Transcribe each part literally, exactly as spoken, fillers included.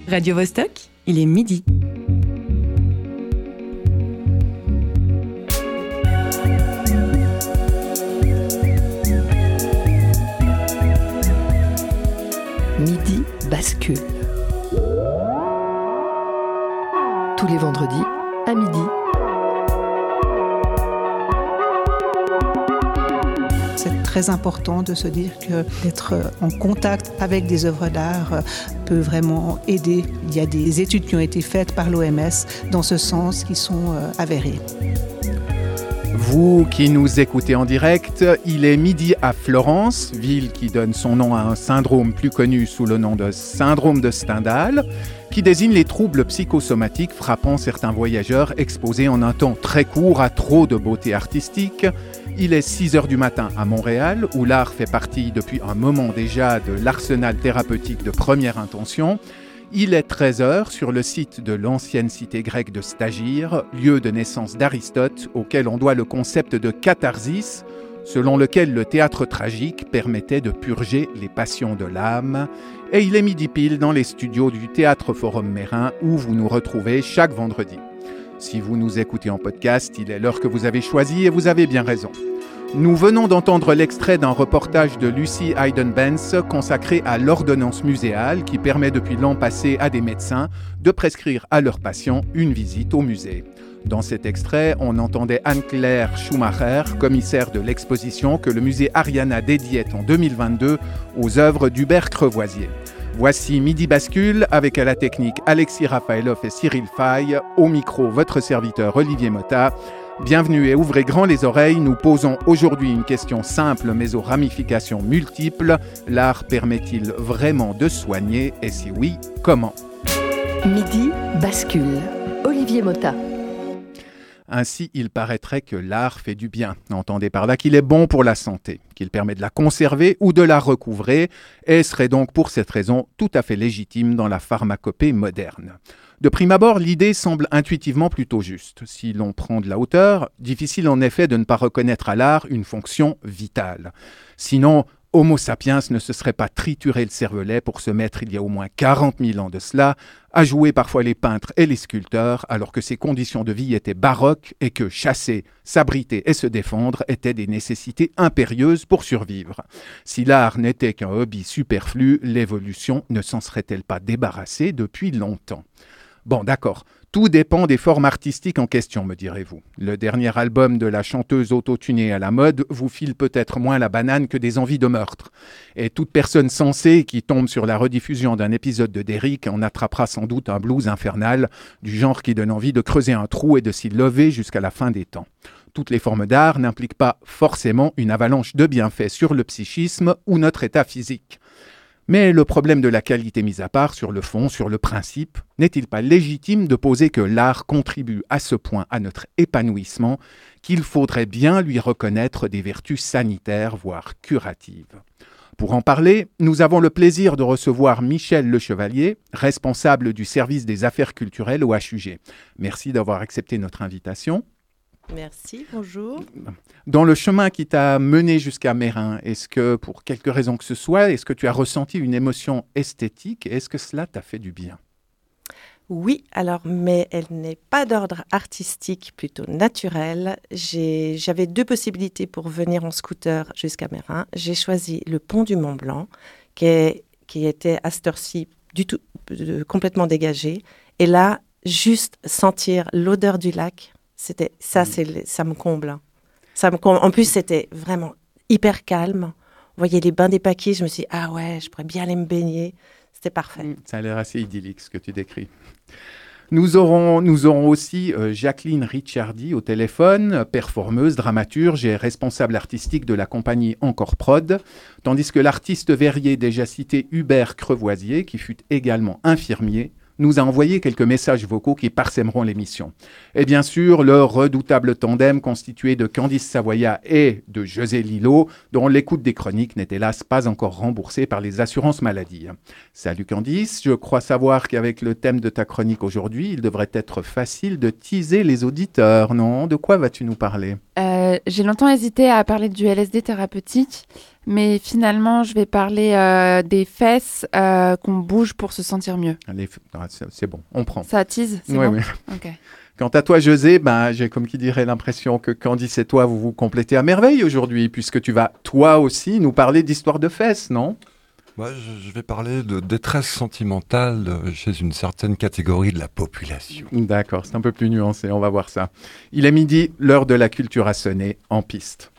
Radio Vostok, il est midi. Midi bascule. Tous les vendredis à midi. C'est très important de se dire que d'être en contact avec des œuvres d'art peut vraiment aider. Il y a des études qui ont été faites par l'O M S dans ce sens qui sont avérées. Vous qui nous écoutez en direct, il est midi à Florence, ville qui donne son nom à un syndrome plus connu sous le nom de syndrome de Stendhal, qui désigne les troubles psychosomatiques frappant certains voyageurs exposés en un temps très court à trop de beauté artistique. Il est six heures du matin à Montréal, où l'art fait partie depuis un moment déjà de l'arsenal thérapeutique de première intention. Il est treize heures sur le site de l'ancienne cité grecque de Stagir, lieu de naissance d'Aristote, auquel on doit le concept de catharsis, selon lequel le théâtre tragique permettait de purger les passions de l'âme. Et il est midi pile dans les studios du Théâtre Forum Mérin, où vous nous retrouvez chaque vendredi. Si vous nous écoutez en podcast, il est l'heure que vous avez choisie et vous avez bien raison. Nous venons d'entendre l'extrait d'un reportage de Lucy Hayden-Benz consacré à l'ordonnance muséale qui permet depuis l'an passé à des médecins de prescrire à leurs patients une visite au musée. Dans cet extrait, on entendait Anne-Claire Schumacher, commissaire de l'exposition que le musée Ariana dédiait en deux mille vingt-deux aux œuvres d'Hubert Crevoisier. Voici Midi Bascule avec à la technique Alexis Rafaelov et Cyril Faye, au micro votre serviteur Olivier Motta. Bienvenue et ouvrez grand les oreilles, nous posons aujourd'hui une question simple mais aux ramifications multiples. L'art permet-il vraiment de soigner et si oui, comment ? Midi bascule. Olivier Motta. Ainsi, il paraîtrait que l'art fait du bien. Entendez par là qu'il est bon pour la santé, qu'il permet de la conserver ou de la recouvrer, et serait donc pour cette raison tout à fait légitime dans la pharmacopée moderne. De prime abord, l'idée semble intuitivement plutôt juste. Si l'on prend de la hauteur, difficile en effet de ne pas reconnaître à l'art une fonction vitale. Sinon, Homo sapiens ne se serait pas trituré le cervelet pour se mettre, il y a au moins quarante mille ans de cela, à jouer parfois les peintres et les sculpteurs, alors que ses conditions de vie étaient baroques et que chasser, s'abriter et se défendre étaient des nécessités impérieuses pour survivre. Si l'art n'était qu'un hobby superflu, l'évolution ne s'en serait-elle pas débarrassée depuis longtemps ? Bon, d'accord. Tout dépend des formes artistiques en question, me direz-vous. Le dernier album de la chanteuse autotunée à la mode vous file peut-être moins la banane que des envies de meurtre. Et toute personne sensée qui tombe sur la rediffusion d'un épisode de Derrick en attrapera sans doute un blues infernal, du genre qui donne envie de creuser un trou et de s'y lever jusqu'à la fin des temps. Toutes les formes d'art n'impliquent pas forcément une avalanche de bienfaits sur le psychisme ou notre état physique. Mais le problème de la qualité mise à part, sur le fond, sur le principe, n'est-il pas légitime de poser que l'art contribue à ce point à notre épanouissement qu'il faudrait bien lui reconnaître des vertus sanitaires, voire curatives ? Pour en parler, nous avons le plaisir de recevoir Michel Lechevalier, responsable du service des affaires culturelles au H U G. Merci d'avoir accepté notre invitation. Merci, bonjour. Dans le chemin qui t'a mené jusqu'à Mérin, est-ce que, pour quelque raison que ce soit, est-ce que tu as ressenti une émotion esthétique et est-ce que cela t'a fait du bien ? Oui, alors, mais elle n'est pas d'ordre artistique, plutôt naturel. J'ai, j'avais deux possibilités pour venir en scooter jusqu'à Mérin. J'ai choisi le pont du Mont Blanc, qui, est, qui était à cette heure-ci du tout, euh, complètement dégagé. Et là, juste sentir l'odeur du lac, c'était, ça, c'est, ça me comble. Ça me comble. En plus, c'était vraiment hyper calme. On voyait les bains des paquets. Je me suis dit, ah ouais, je pourrais bien aller me baigner. C'était parfait. Ça a l'air assez idyllique, ce que tu décris. Nous aurons, nous aurons aussi euh, Jacqueline Ricciardi au téléphone, performeuse, dramaturge et responsable artistique de la compagnie Encore Prod, tandis que l'artiste verrier déjà cité Hubert Crevoisier, qui fut également infirmier, nous a envoyé quelques messages vocaux qui parsèmeront l'émission. Et bien sûr, le redoutable tandem constitué de Candice Savoya et de José Lillo, dont l'écoute des chroniques n'est hélas pas encore remboursée par les assurances maladie. Salut Candice, je crois savoir qu'avec le thème de ta chronique aujourd'hui, il devrait être facile de teaser les auditeurs, non ? De quoi vas-tu nous parler ? euh, Euh, j'ai longtemps hésité à parler du L S D thérapeutique, mais finalement, je vais parler euh, des fesses euh, qu'on bouge pour se sentir mieux. Allez, c'est, c'est bon, on prend. Ça attise, c'est Oui, bon. oui. Ok. Quant à toi, José, ben, j'ai comme qui dirait l'impression que Candice et toi, vous vous complétez à merveille aujourd'hui, puisque tu vas, toi aussi, nous parler d'histoire de fesses, non ? Moi, je, je vais parler de détresse sentimentale chez une certaine catégorie de la population. D'accord, c'est un peu plus nuancé, on va voir ça. Il est midi, l'heure de la culture a sonné, en piste.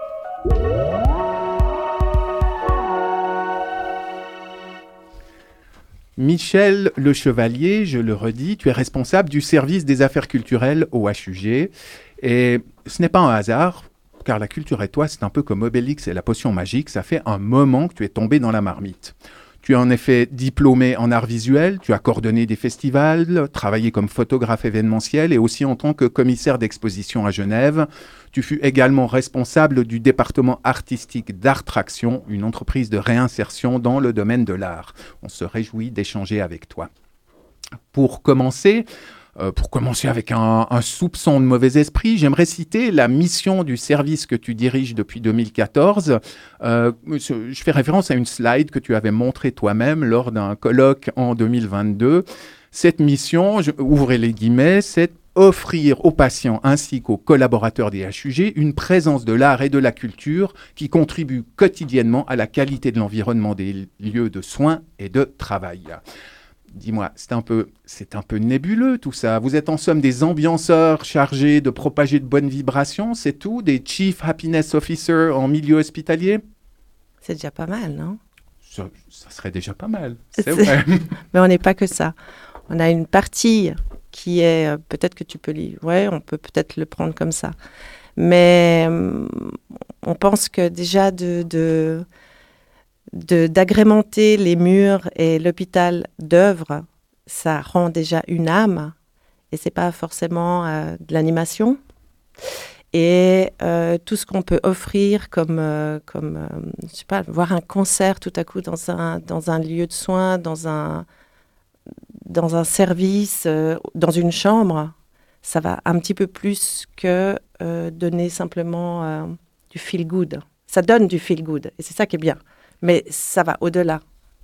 Michel Le Chevalier, je le redis, tu es responsable du service des affaires culturelles au H U G. Et ce n'est pas un hasard, car la culture et toi, c'est un peu comme Obélix et la potion magique. Ça fait un moment que tu es tombé dans la marmite. Tu es en effet diplômé en arts visuels, tu as coordonné des festivals, travaillé comme photographe événementiel et aussi en tant que commissaire d'exposition à Genève. Tu fus également responsable du département artistique d'Artraction, une entreprise de réinsertion dans le domaine de l'art. On se réjouit d'échanger avec toi. Pour commencer, euh, pour commencer avec un, un soupçon de mauvais esprit, j'aimerais citer la mission du service que tu diriges depuis deux mille quatorze. Euh, je fais référence à une slide que tu avais montrée toi-même lors d'un colloque en deux mille vingt-deux. Cette mission, je, ouvrez les guillemets, c'est offrir aux patients ainsi qu'aux collaborateurs des H U G une présence de l'art et de la culture qui contribue quotidiennement à la qualité de l'environnement des lieux de soins et de travail. Dis-moi, c'est un peu, c'est un peu nébuleux tout ça. Vous êtes en somme des ambianceurs chargés de propager de bonnes vibrations, c'est tout? Des Chief Happiness Officers en milieu hospitalier? C'est déjà pas mal, non? ça, ça serait déjà pas mal, c'est, c'est... vrai. Mais on n'est pas que ça. On a une partie qui est, euh, peut-être que tu peux lire, ouais, on peut peut-être le prendre comme ça. Mais euh, on pense que déjà de... de De, d'agrémenter les murs et l'hôpital d'œuvres, ça rend déjà une âme, et c'est pas forcément euh, de l'animation. Et euh, tout ce qu'on peut offrir comme, euh, comme euh, je sais pas, voir un concert tout à coup dans un, dans un lieu de soins, dans un, dans un service, euh, dans une chambre, ça va un petit peu plus que euh, donner simplement euh, du feel good. Ça donne du feel good, et c'est ça qui est bien. Mais ça va au-delà.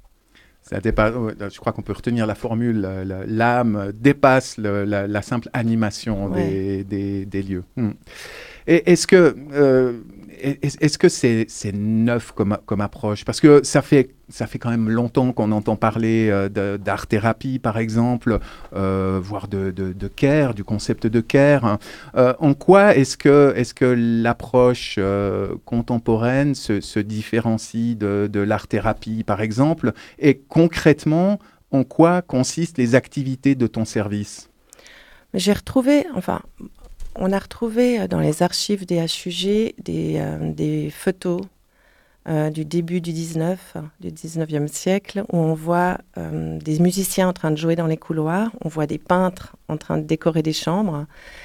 Ça dépasse, je crois qu'on peut retenir la formule, la, l'âme dépasse le, la, la simple animation ouais. des, des, des lieux. Hmm. Et est-ce que, euh, est, est-ce que c'est, c'est neuf comme, comme approche? Parce que ça fait, ça fait quand même longtemps qu'on entend parler euh, de, d'art-thérapie, par exemple, euh, voire de, de, de care, du concept de care. Hein. Euh, en quoi est-ce que, est-ce que l'approche euh, contemporaine se, se différencie de, de l'art-thérapie, par exemple? Et concrètement, en quoi consistent les activités de ton service? J'ai retrouvé, enfin... On a retrouvé dans les archives des H U G des, euh, des photos euh, du début du dix-neuf, du dix-neuvième siècle, où on voit euh, des musiciens en train de jouer dans les couloirs, on voit des peintres en train de décorer des chambres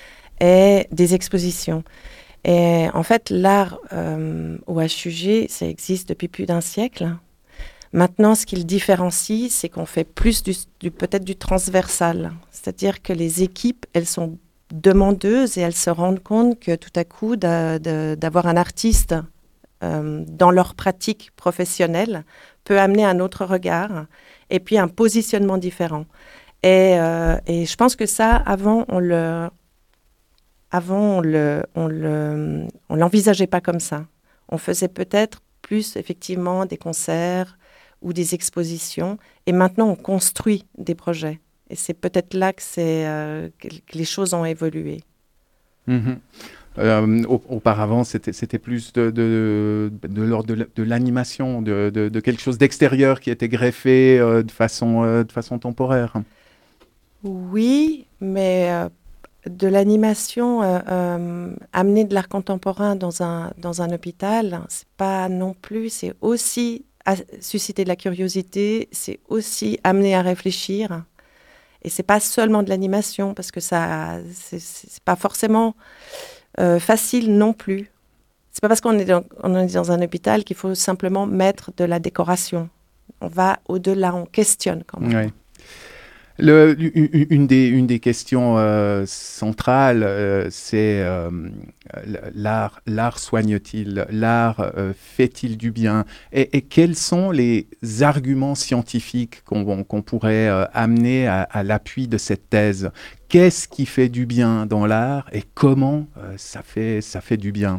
et des expositions. Et en fait, l'art euh, au H U G, ça existe depuis plus d'un siècle. Maintenant, ce qui le différencie, c'est qu'on fait plus du, du, peut-être du transversal. C'est-à-dire que les équipes, elles sont demandeuses et elles se rendent compte que tout à coup, d'a, d'a, d'avoir un artiste euh, dans leur pratique professionnelle peut amener un autre regard et puis un positionnement différent. Et, euh, et je pense que ça, avant, on le, avant, on le, on le, on l'envisageait pas comme ça. On faisait peut-être plus effectivement des concerts ou des expositions, et maintenant on construit des projets. Et c'est peut-être là que, c'est, euh, que les choses ont évolué. Mmh. Euh, auparavant, c'était, c'était plus de, de, de, de l'ordre de, de l'animation, de, de, de quelque chose d'extérieur qui était greffé euh, de, façon, euh, de façon temporaire. Oui, mais euh, de l'animation, euh, euh, amener de l'art contemporain dans un, dans un hôpital, c'est pas non plus, c'est aussi à susciter de la curiosité, c'est aussi amener à réfléchir. Et c'est pas seulement de l'animation, parce que ça, c'est, c'est pas forcément euh, facile non plus. C'est pas parce qu'on est, dans, on est dans un hôpital qu'il faut simplement mettre de la décoration. On va au-delà, on questionne quand même. Oui. Le, une, des, une des questions euh, centrales, euh, c'est euh, l'art, l'art soigne-t-il? L'art euh, fait-il du bien? Et, et quels sont les arguments scientifiques qu'on, qu'on pourrait euh, amener à, à l'appui de cette thèse? Qu'est-ce qui fait du bien dans l'art et comment euh, ça fait, ça fait du bien?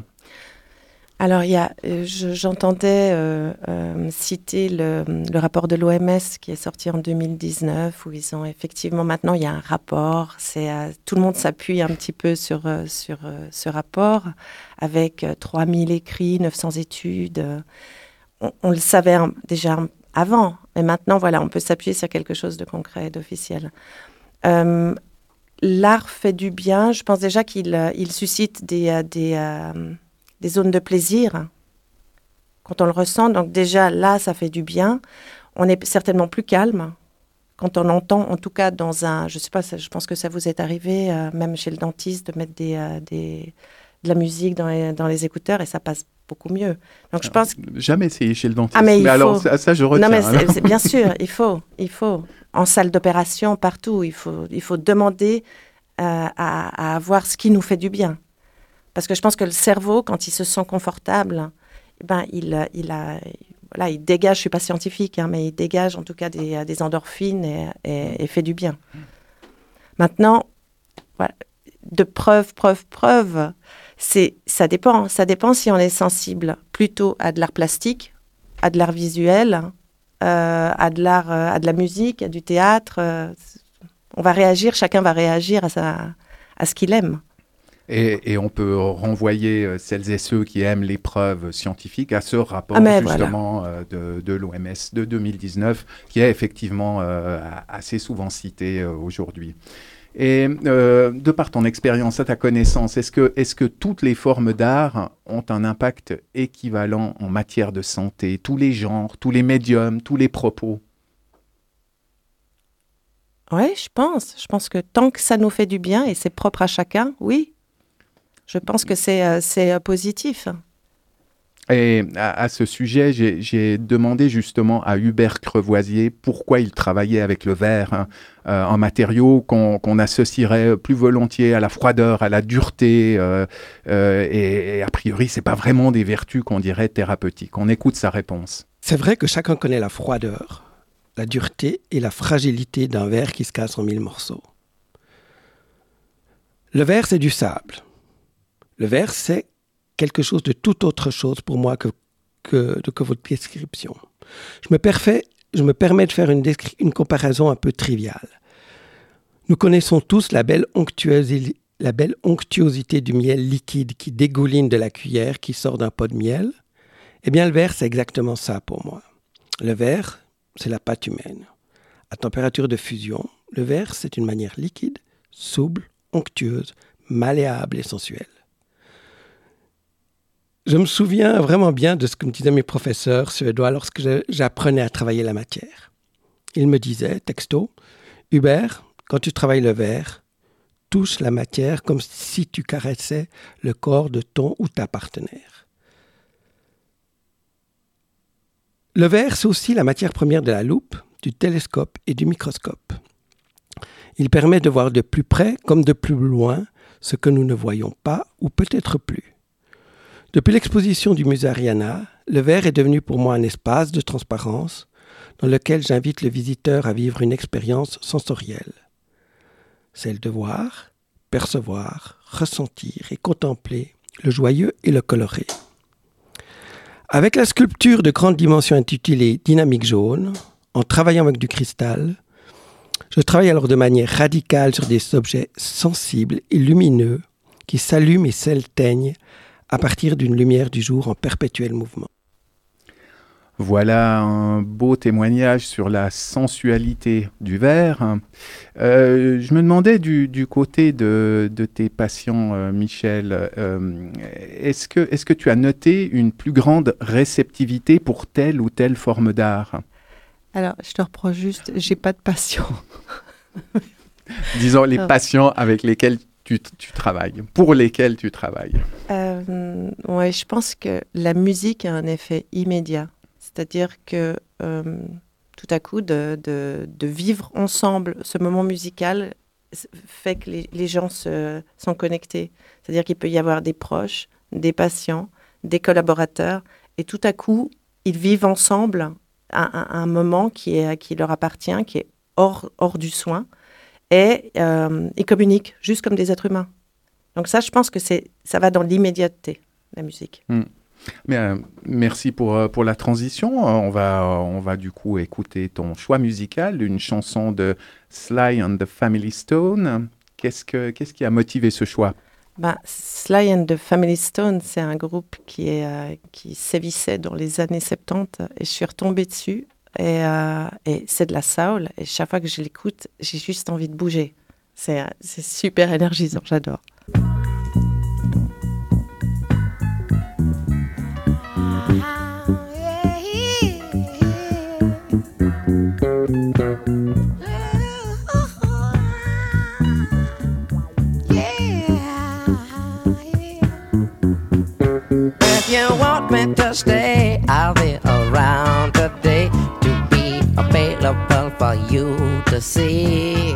Alors, il y a, je, j'entendais euh, euh, citer le, le rapport de l'O M S qui est sorti en deux mille dix-neuf, où ils ont effectivement, maintenant, il y a un rapport. C'est, euh, tout le monde s'appuie un petit peu sur, euh, sur euh, ce rapport, avec euh, trois mille écrits, neuf cents études. On, on le savait hein, déjà avant, mais maintenant, voilà, on peut s'appuyer sur quelque chose de concret, d'officiel. Euh, l'art fait du bien. Je pense déjà qu'il il suscite des... des euh, des zones de plaisir, quand on le ressent. Donc déjà, là, ça fait du bien. On est certainement plus calme quand on entend, en tout cas dans un... Je sais pas, je pense que ça vous est arrivé, euh, même chez le dentiste, de mettre des, euh, des, de la musique dans les, dans les écouteurs et ça passe beaucoup mieux. Donc je pense... Jamais essayé chez le dentiste. Ah, mais, mais alors, faut... ça, ça, je retiens. Non, mais c'est, c'est, bien sûr, il faut, il faut. En salle d'opération, partout, il faut, il faut demander euh, à, à avoir ce qui nous fait du bien. Parce que je pense que le cerveau, quand il se sent confortable, eh ben, il, il, a, voilà, il dégage, je ne suis pas scientifique, hein, mais il dégage en tout cas des, des endorphines et, et, et fait du bien. Maintenant, voilà, de preuve, preuve, preuve, c'est, ça dépend. Ça dépend si on est sensible plutôt à de l'art plastique, à de l'art visuel, euh, à, de l'art, euh, à de la musique, à du théâtre. Euh, on va réagir, chacun va réagir à, sa, à ce qu'il aime. Et, et on peut renvoyer celles et ceux qui aiment les preuves scientifiques à ce rapport ah justement voilà. de, de l'O M S de deux mille dix-neuf, qui est effectivement euh, assez souvent cité euh, aujourd'hui. Et euh, de par ton expérience, à ta connaissance, est-ce que, est-ce que toutes les formes d'art ont un impact équivalent en matière de santé? Tous les genres, tous les médiums, tous les propos? Oui, je pense. Je pense que tant que ça nous fait du bien et c'est propre à chacun, oui. Je pense que c'est, euh, c'est euh, positif. Et à, à ce sujet, j'ai, j'ai demandé justement à Hubert Crevoisier pourquoi il travaillait avec le verre, hein, euh, un matériau qu'on, qu'on associerait plus volontiers à la froideur, à la dureté, euh, euh, et, et a priori, c'est pas vraiment des vertus qu'on dirait thérapeutiques. On écoute sa réponse. C'est vrai que chacun connaît la froideur, la dureté et la fragilité d'un verre qui se casse en mille morceaux. Le verre, c'est du sable. Le verre, c'est quelque chose de tout autre chose pour moi que, que, que votre description. Je me, perfais, je me permets de faire une, descri- une comparaison un peu triviale. Nous connaissons tous la belle, onctuosi- la belle onctuosité du miel liquide qui dégouline de la cuillère qui sort d'un pot de miel. Eh bien, le verre, c'est exactement ça pour moi. Le verre, c'est la pâte humaine. À température de fusion, le verre, c'est une manière liquide, souple, onctueuse, malléable et sensuelle. Je me souviens vraiment bien de ce que me disaient mes professeurs suédois lorsque je, j'apprenais à travailler la matière. Ils me disaient, texto, « Hubert, quand tu travailles le verre, touche la matière comme si tu caressais le corps de ton ou ta partenaire. » Le verre, c'est aussi la matière première de la loupe, du télescope et du microscope. Il permet de voir de plus près comme de plus loin ce que nous ne voyons pas ou peut-être plus. Depuis l'exposition du musée Ariana, le verre est devenu pour moi un espace de transparence dans lequel j'invite le visiteur à vivre une expérience sensorielle. Celle de voir, percevoir, ressentir et contempler le joyeux et le coloré. Avec la sculpture de grande dimension intitulée Dynamique jaune, en travaillant avec du cristal, je travaille alors de manière radicale sur des objets sensibles et lumineux qui s'allument et s'éteignent à partir d'une lumière du jour en perpétuel mouvement. Voilà un beau témoignage sur la sensualité du verre. Euh, je me demandais du, du côté de, de tes patients, euh, Michel, euh, est-ce que, est-ce que tu as noté une plus grande réceptivité pour telle ou telle forme d'art? Alors, je te reprends juste, j'ai pas de patients. Disons les patients avec lesquels Tu, tu travailles, pour lesquels tu travailles? euh, Ouais, je pense que la musique a un effet immédiat. C'est-à-dire que euh, tout à coup, de, de, de vivre ensemble ce moment musical fait que les, les gens se, sont connectés. C'est-à-dire qu'il peut y avoir des proches, des patients, des collaborateurs, et tout à coup, ils vivent ensemble un, un, un moment qui, est, qui leur appartient, qui est hors, hors du soin, et euh, ils communiquent juste comme des êtres humains. Donc ça, je pense que c'est, ça va dans l'immédiateté, la musique. Mmh. Mais, euh, merci pour, euh, pour la transition. Euh, on, va, euh, on va du coup écouter ton choix musical, une chanson de Sly and the Family Stone. Qu'est-ce, que, qu'est-ce qui a motivé ce choix? Ben, Sly and the Family Stone, c'est un groupe qui, est, euh, qui sévissait dans les années soixante-dix et je suis retombée dessus. Et, euh, et c'est de la soul. Et chaque fois que je l'écoute, j'ai juste envie de bouger. C'est, c'est super énergisant, j'adore. If you want me to stay, I'll be around today to be available for you to see.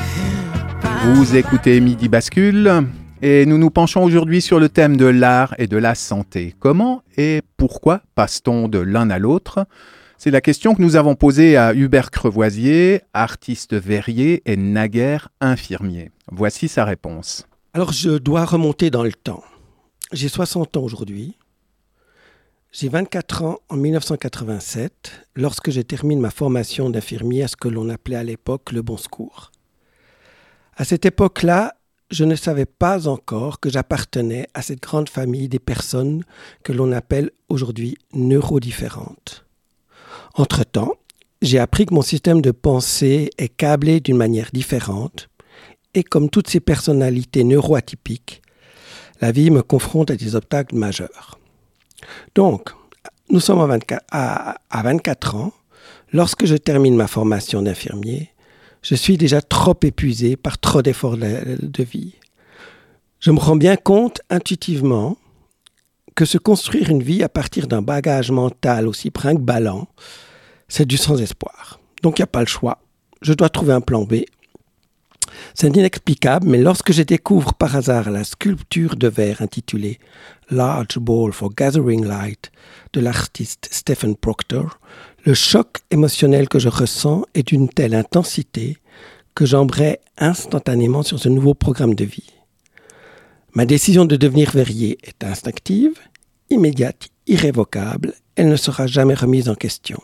Vous écoutez Midi Bascule et nous nous penchons aujourd'hui sur le thème de l'art et de la santé. Comment et pourquoi passe-t-on de l'un à l'autre? C'est la question que nous avons posée à Hubert Crevoisier, artiste verrier et naguère infirmier. Voici sa réponse. Alors je dois remonter dans le temps. J'ai soixante ans aujourd'hui. J'ai vingt-quatre ans en dix-neuf cent quatre-vingt-sept, lorsque je termine ma formation d'infirmier à ce que l'on appelait à l'époque le Bon Secours. À cette époque-là, je ne savais pas encore que j'appartenais à cette grande famille des personnes que l'on appelle aujourd'hui neurodifférentes. Entre-temps, j'ai appris que mon système de pensée est câblé d'une manière différente et comme toutes ces personnalités neuroatypiques, la vie me confronte à des obstacles majeurs. Donc, nous sommes à vingt-quatre, à, à vingt-quatre ans. Lorsque je termine ma formation d'infirmier, je suis déjà trop épuisé par trop d'efforts de, de vie. Je me rends bien compte intuitivement que se construire une vie à partir d'un bagage mental aussi brinque-ballant, c'est du sans-espoir. Donc il n'y a pas le choix. Je dois trouver un plan B. C'est inexplicable, mais lorsque je découvre par hasard la sculpture de verre intitulée « Large Ball for Gathering Light » de l'artiste Stephen Proctor, le choc émotionnel que je ressens est d'une telle intensité que j'embraye instantanément sur ce nouveau programme de vie. Ma décision de devenir verrier est instinctive, immédiate, irrévocable, elle ne sera jamais remise en question.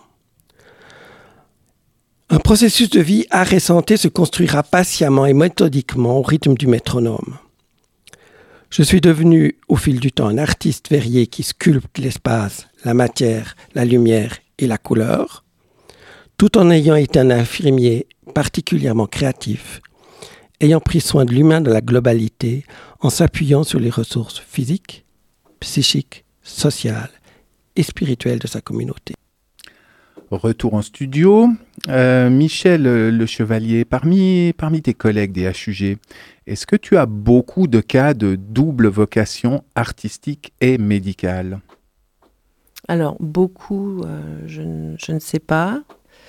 Un processus de vie art et santé se construira patiemment et méthodiquement au rythme du métronome. Je suis devenu, au fil du temps, un artiste verrier qui sculpte l'espace, la matière, la lumière et la couleur, tout en ayant été un infirmier particulièrement créatif, ayant pris soin de l'humain dans la globalité en s'appuyant sur les ressources physiques, psychiques, sociales et spirituelles de sa communauté. Retour en studio. Euh, Michel Le Chevalier, parmi, parmi tes collègues des H U G, est-ce que tu as beaucoup de cas de double vocation artistique et médicale? Alors, beaucoup, euh, je, n- je ne sais pas.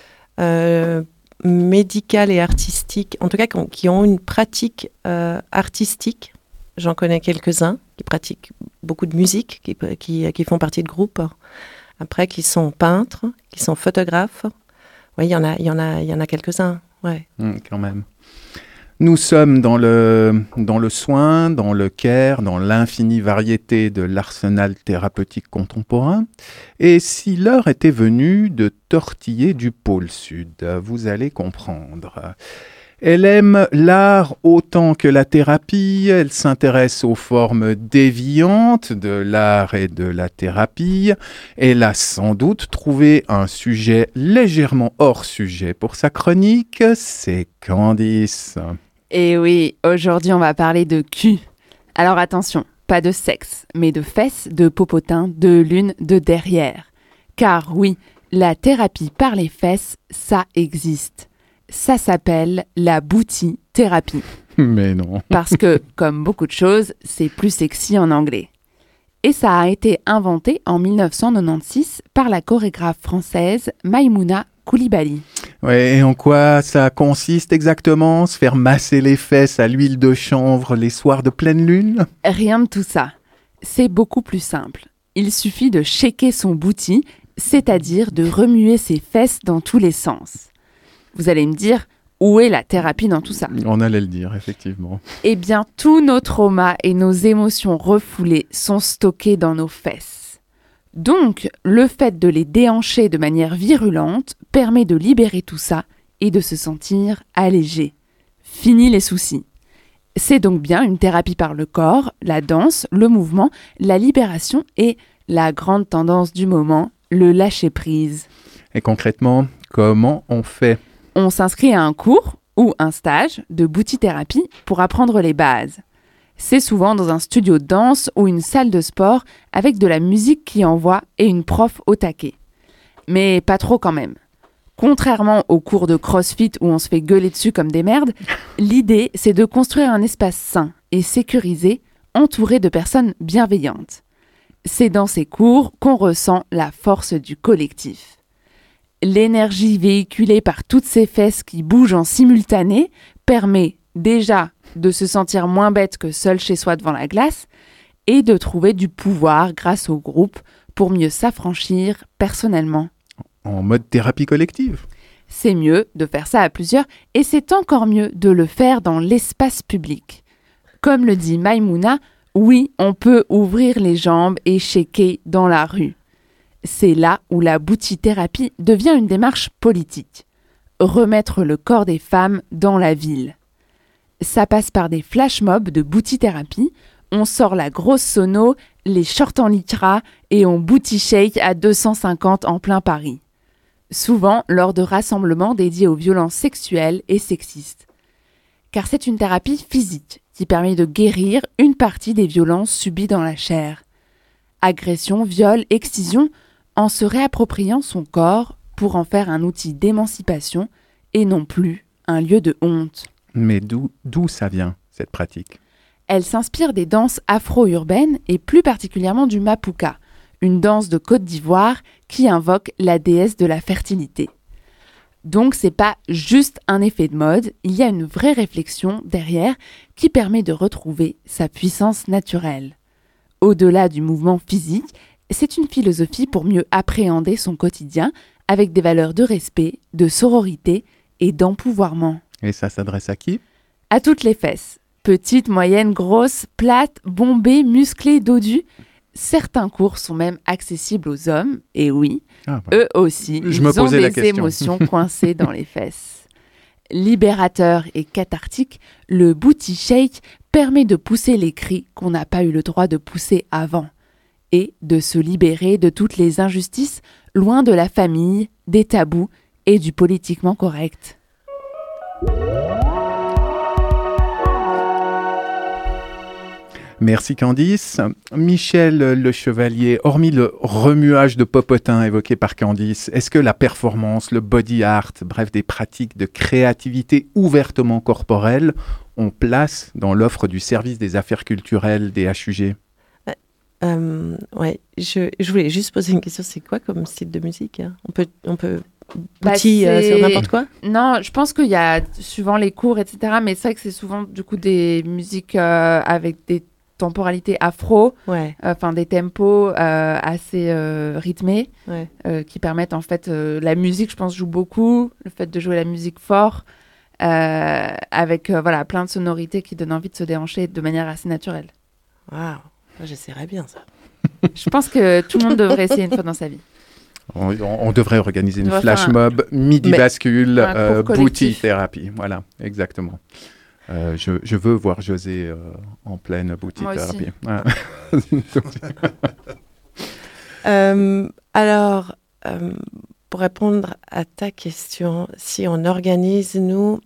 Euh, médicale et artistique, en tout cas, qui ont, qui ont une pratique euh, artistique. J'en connais quelques-uns qui pratiquent beaucoup de musique, qui, qui, qui font partie de groupes. Après, qui sont peintres, qui sont photographes. Oui, il y en a, il y en a, il y en a quelques-uns. Ouais. Mmh, quand même. Nous sommes dans le, dans le soin, dans le care, dans l'infinie variété de l'arsenal thérapeutique contemporain. Et si l'heure était venue de tortiller du pôle sud, vous allez comprendre. Elle aime l'art autant que la thérapie, elle s'intéresse aux formes déviantes de l'art et de la thérapie. Elle a sans doute trouvé un sujet légèrement hors sujet pour sa chronique, c'est Candice. Et oui, aujourd'hui on va parler de cul. Alors attention, pas de sexe, mais de fesses, de popotin, de lune, de derrière. Car oui, la thérapie par les fesses, ça existe. Ça s'appelle la booty thérapie. Mais non. Parce que, comme beaucoup de choses, c'est plus sexy en anglais. Et ça a été inventé en dix-neuf cent quatre-vingt-seize par la chorégraphe française Maïmouna Coulibaly. Ouais, et en quoi ça consiste exactement? Se faire masser les fesses à l'huile de chanvre les soirs de pleine lune? Rien de tout ça. C'est beaucoup plus simple. Il suffit de shaker son booty, c'est-à-dire de remuer ses fesses dans tous les sens. Vous allez me dire, où est la thérapie dans tout ça? On allait le dire, effectivement. Eh bien, tous nos traumas et nos émotions refoulées sont stockés dans nos fesses. Donc, le fait de les déhancher de manière virulente permet de libérer tout ça et de se sentir allégé. Fini les soucis. C'est donc bien une thérapie par le corps, la danse, le mouvement, la libération et la grande tendance du moment, le lâcher-prise. Et concrètement, comment on fait? On s'inscrit à un cours ou un stage de booty-thérapie pour apprendre les bases. C'est souvent dans un studio de danse ou une salle de sport avec de la musique qui envoie et une prof au taquet. Mais pas trop quand même. Contrairement aux cours de CrossFit où on se fait gueuler dessus comme des merdes, l'idée c'est de construire un espace sain et sécurisé, entouré de personnes bienveillantes. C'est dans ces cours qu'on ressent la force du collectif. L'énergie véhiculée par toutes ces fesses qui bougent en simultané permet déjà de se sentir moins bête que seul chez soi devant la glace et de trouver du pouvoir grâce au groupe pour mieux s'affranchir personnellement. En mode thérapie collective. C'est mieux de faire ça à plusieurs et c'est encore mieux de le faire dans l'espace public. Comme le dit Maïmouna, oui, on peut ouvrir les jambes et shaker dans la rue. C'est là où la booty-thérapie devient une démarche politique. Remettre le corps des femmes dans la ville. Ça passe par des flash mobs de booty-thérapie. On sort la grosse sono, les shorts en lycra et on booty shake à deux cent cinquante en plein Paris. Souvent lors de rassemblements dédiés aux violences sexuelles et sexistes. Car c'est une thérapie physique qui permet de guérir une partie des violences subies dans la chair. Agression, viol, excision, en se réappropriant son corps pour en faire un outil d'émancipation et non plus un lieu de honte. Mais d'où, d'où ça vient, cette pratique? Elle s'inspire des danses afro-urbaines et plus particulièrement du mapuka, une danse de Côte d'Ivoire qui invoque la déesse de la fertilité. Donc c'est pas juste un effet de mode, il y a une vraie réflexion derrière qui permet de retrouver sa puissance naturelle. Au-delà du mouvement physique, c'est une philosophie pour mieux appréhender son quotidien avec des valeurs de respect, de sororité et d'empouvoirment. Et ça s'adresse à qui? À toutes les fesses. Petites, moyennes, grosses, plates, bombées, musclées, dodues. Certains cours sont même accessibles aux hommes, et oui, ah, ouais. eux aussi, Je ils me ont posais des la question. émotions coincées dans les fesses. Libérateur et cathartique, le booty shake permet de pousser les cris qu'on n'a pas eu le droit de pousser avant, et de se libérer de toutes les injustices, loin de la famille, des tabous et du politiquement correct. Merci Candice. Michel Le Chevalier, hormis le remuage de popotin évoqué par Candice, est-ce que la performance, le body art, bref des pratiques de créativité ouvertement corporelle, ont place dans l'offre du service des affaires culturelles des H U G? euh, Ouais, je, je voulais juste poser une question. C'est quoi comme style de musique, hein? On peut, on peut booty bah, euh, sur n'importe quoi? Non, je pense qu'il y a suivant les cours, et cetera. Mais c'est vrai que c'est souvent du coup des musiques euh, avec des temporalité afro, ouais. enfin euh, des tempos euh, assez euh, rythmés, ouais. euh, qui permettent en fait euh, la musique, je pense, joue beaucoup, le fait de jouer la musique fort, euh, avec euh, voilà plein de sonorités qui donnent envie de se déhancher de manière assez naturelle. Waouh, j'essaierais bien ça. Je pense que tout le monde devrait essayer une fois dans sa vie. On, on, on devrait organiser une devrait flash un... mob midi Mais... bascule euh, booty thérapie, voilà, exactement. Euh, je, je veux voir José euh, en pleine booty thérapie. Voilà. euh, alors, euh, pour répondre à ta question, si on organise, nous,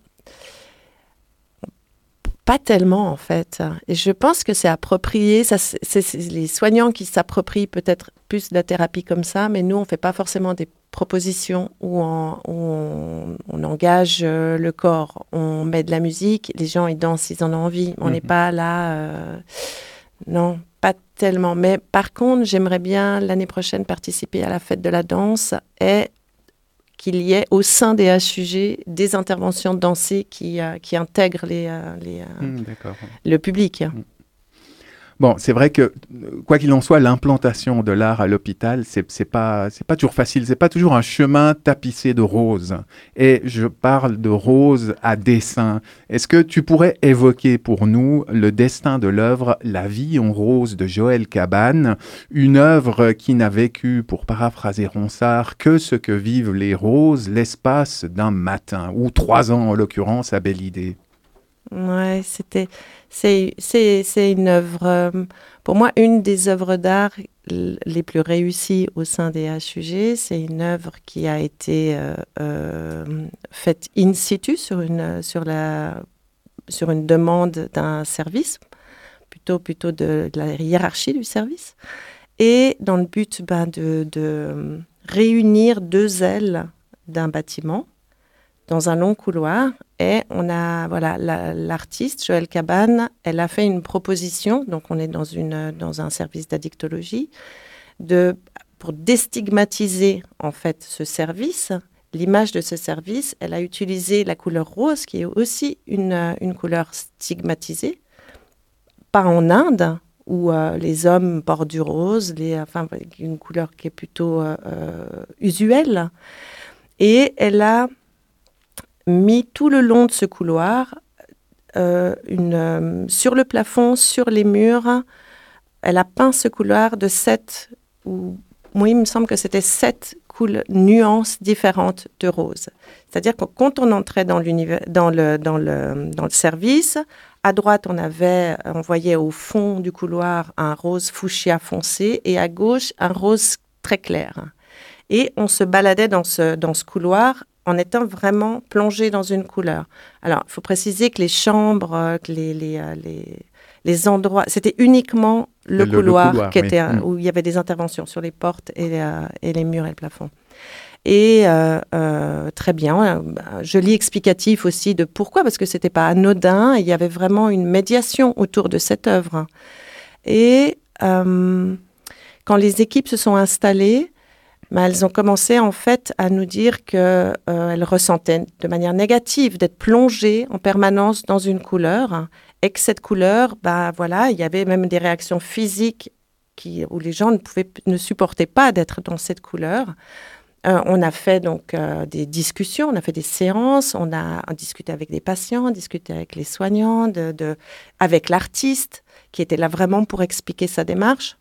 pas tellement en fait. Et je pense que c'est approprié. Ça, c'est, c'est les soignants qui s'approprient peut-être plus de la thérapie comme ça, mais nous, on ne fait pas forcément des propositions où on, où on, on engage euh, le corps. On met de la musique, les gens ils dansent, ils en ont envie. On n'est mmh. pas là... Euh, non, pas tellement. Mais par contre, j'aimerais bien l'année prochaine participer à la fête de la danse et qu'il y ait au sein des H U G des interventions dansées qui, euh, qui intègrent les, euh, les, euh, Mmh, d'accord. le public. Mmh. Bon, c'est vrai que, quoi qu'il en soit, l'implantation de l'art à l'hôpital, c'est, c'est pas, c'est pas toujours facile. C'est pas toujours un chemin tapissé de roses. Et je parle de roses à dessin. Est-ce que tu pourrais évoquer pour nous le destin de l'œuvre La vie en rose de Joël Cabane, une œuvre qui n'a vécu, pour paraphraser Ronsard, que ce que vivent les roses l'espace d'un matin, ou trois ans en l'occurrence, à Belle Idée. Ouais, c'était, c'est, c'est, c'est une œuvre, euh, pour moi, une des œuvres d'art l- les plus réussies au sein des H U G. C'est une œuvre qui a été euh, euh, faite in situ sur une, sur la, sur une demande d'un service, plutôt, plutôt de, de la hiérarchie du service, et dans le but ben, de, de réunir deux ailes d'un bâtiment dans un long couloir. Et on a, voilà, la, l'artiste, Joël Cabane, elle a fait une proposition, donc on est dans, une, dans un service d'addictologie, de, pour déstigmatiser en fait ce service, l'image de ce service, elle a utilisé la couleur rose, qui est aussi une, une couleur stigmatisée, pas en Inde, où euh, les hommes portent du rose, les, enfin, une couleur qui est plutôt euh, euh, usuelle. Et elle a mis tout le long de ce couloir, euh, une, euh, sur le plafond, sur les murs, elle a peint ce couloir de sept, ou moi il me semble que c'était sept cool- nuances différentes de rose. C'est-à-dire que quand on entrait dans, l'univers, dans, le, dans, le, dans le service, à droite on avait, on voyait au fond du couloir un rose fuchsia foncé et à gauche un rose très clair. Et on se baladait dans ce, dans ce couloir en étant vraiment plongé dans une couleur. Alors, il faut préciser que les chambres, que les, les, les, les endroits, c'était uniquement le, le, couloir, le couloir qui oui. était, mmh. où il y avait des interventions sur les portes et, euh, et les murs et le plafond. Et euh, euh, très bien, un joli explicatif aussi de pourquoi, parce que ce n'était pas anodin, il y avait vraiment une médiation autour de cette œuvre. Et euh, quand les équipes se sont installées, mais elles ont commencé en fait à nous dire qu'elles euh, ressentaient de manière négative d'être plongées en permanence dans une couleur et que cette couleur, bah, voilà, il y avait même des réactions physiques qui, où les gens ne, pouvaient, ne supportaient pas d'être dans cette couleur. Euh, on a fait donc euh, des discussions, on a fait des séances, on a on discuté avec des patients, on discuté avec les soignants, de, de, avec l'artiste qui était là vraiment pour expliquer sa démarche.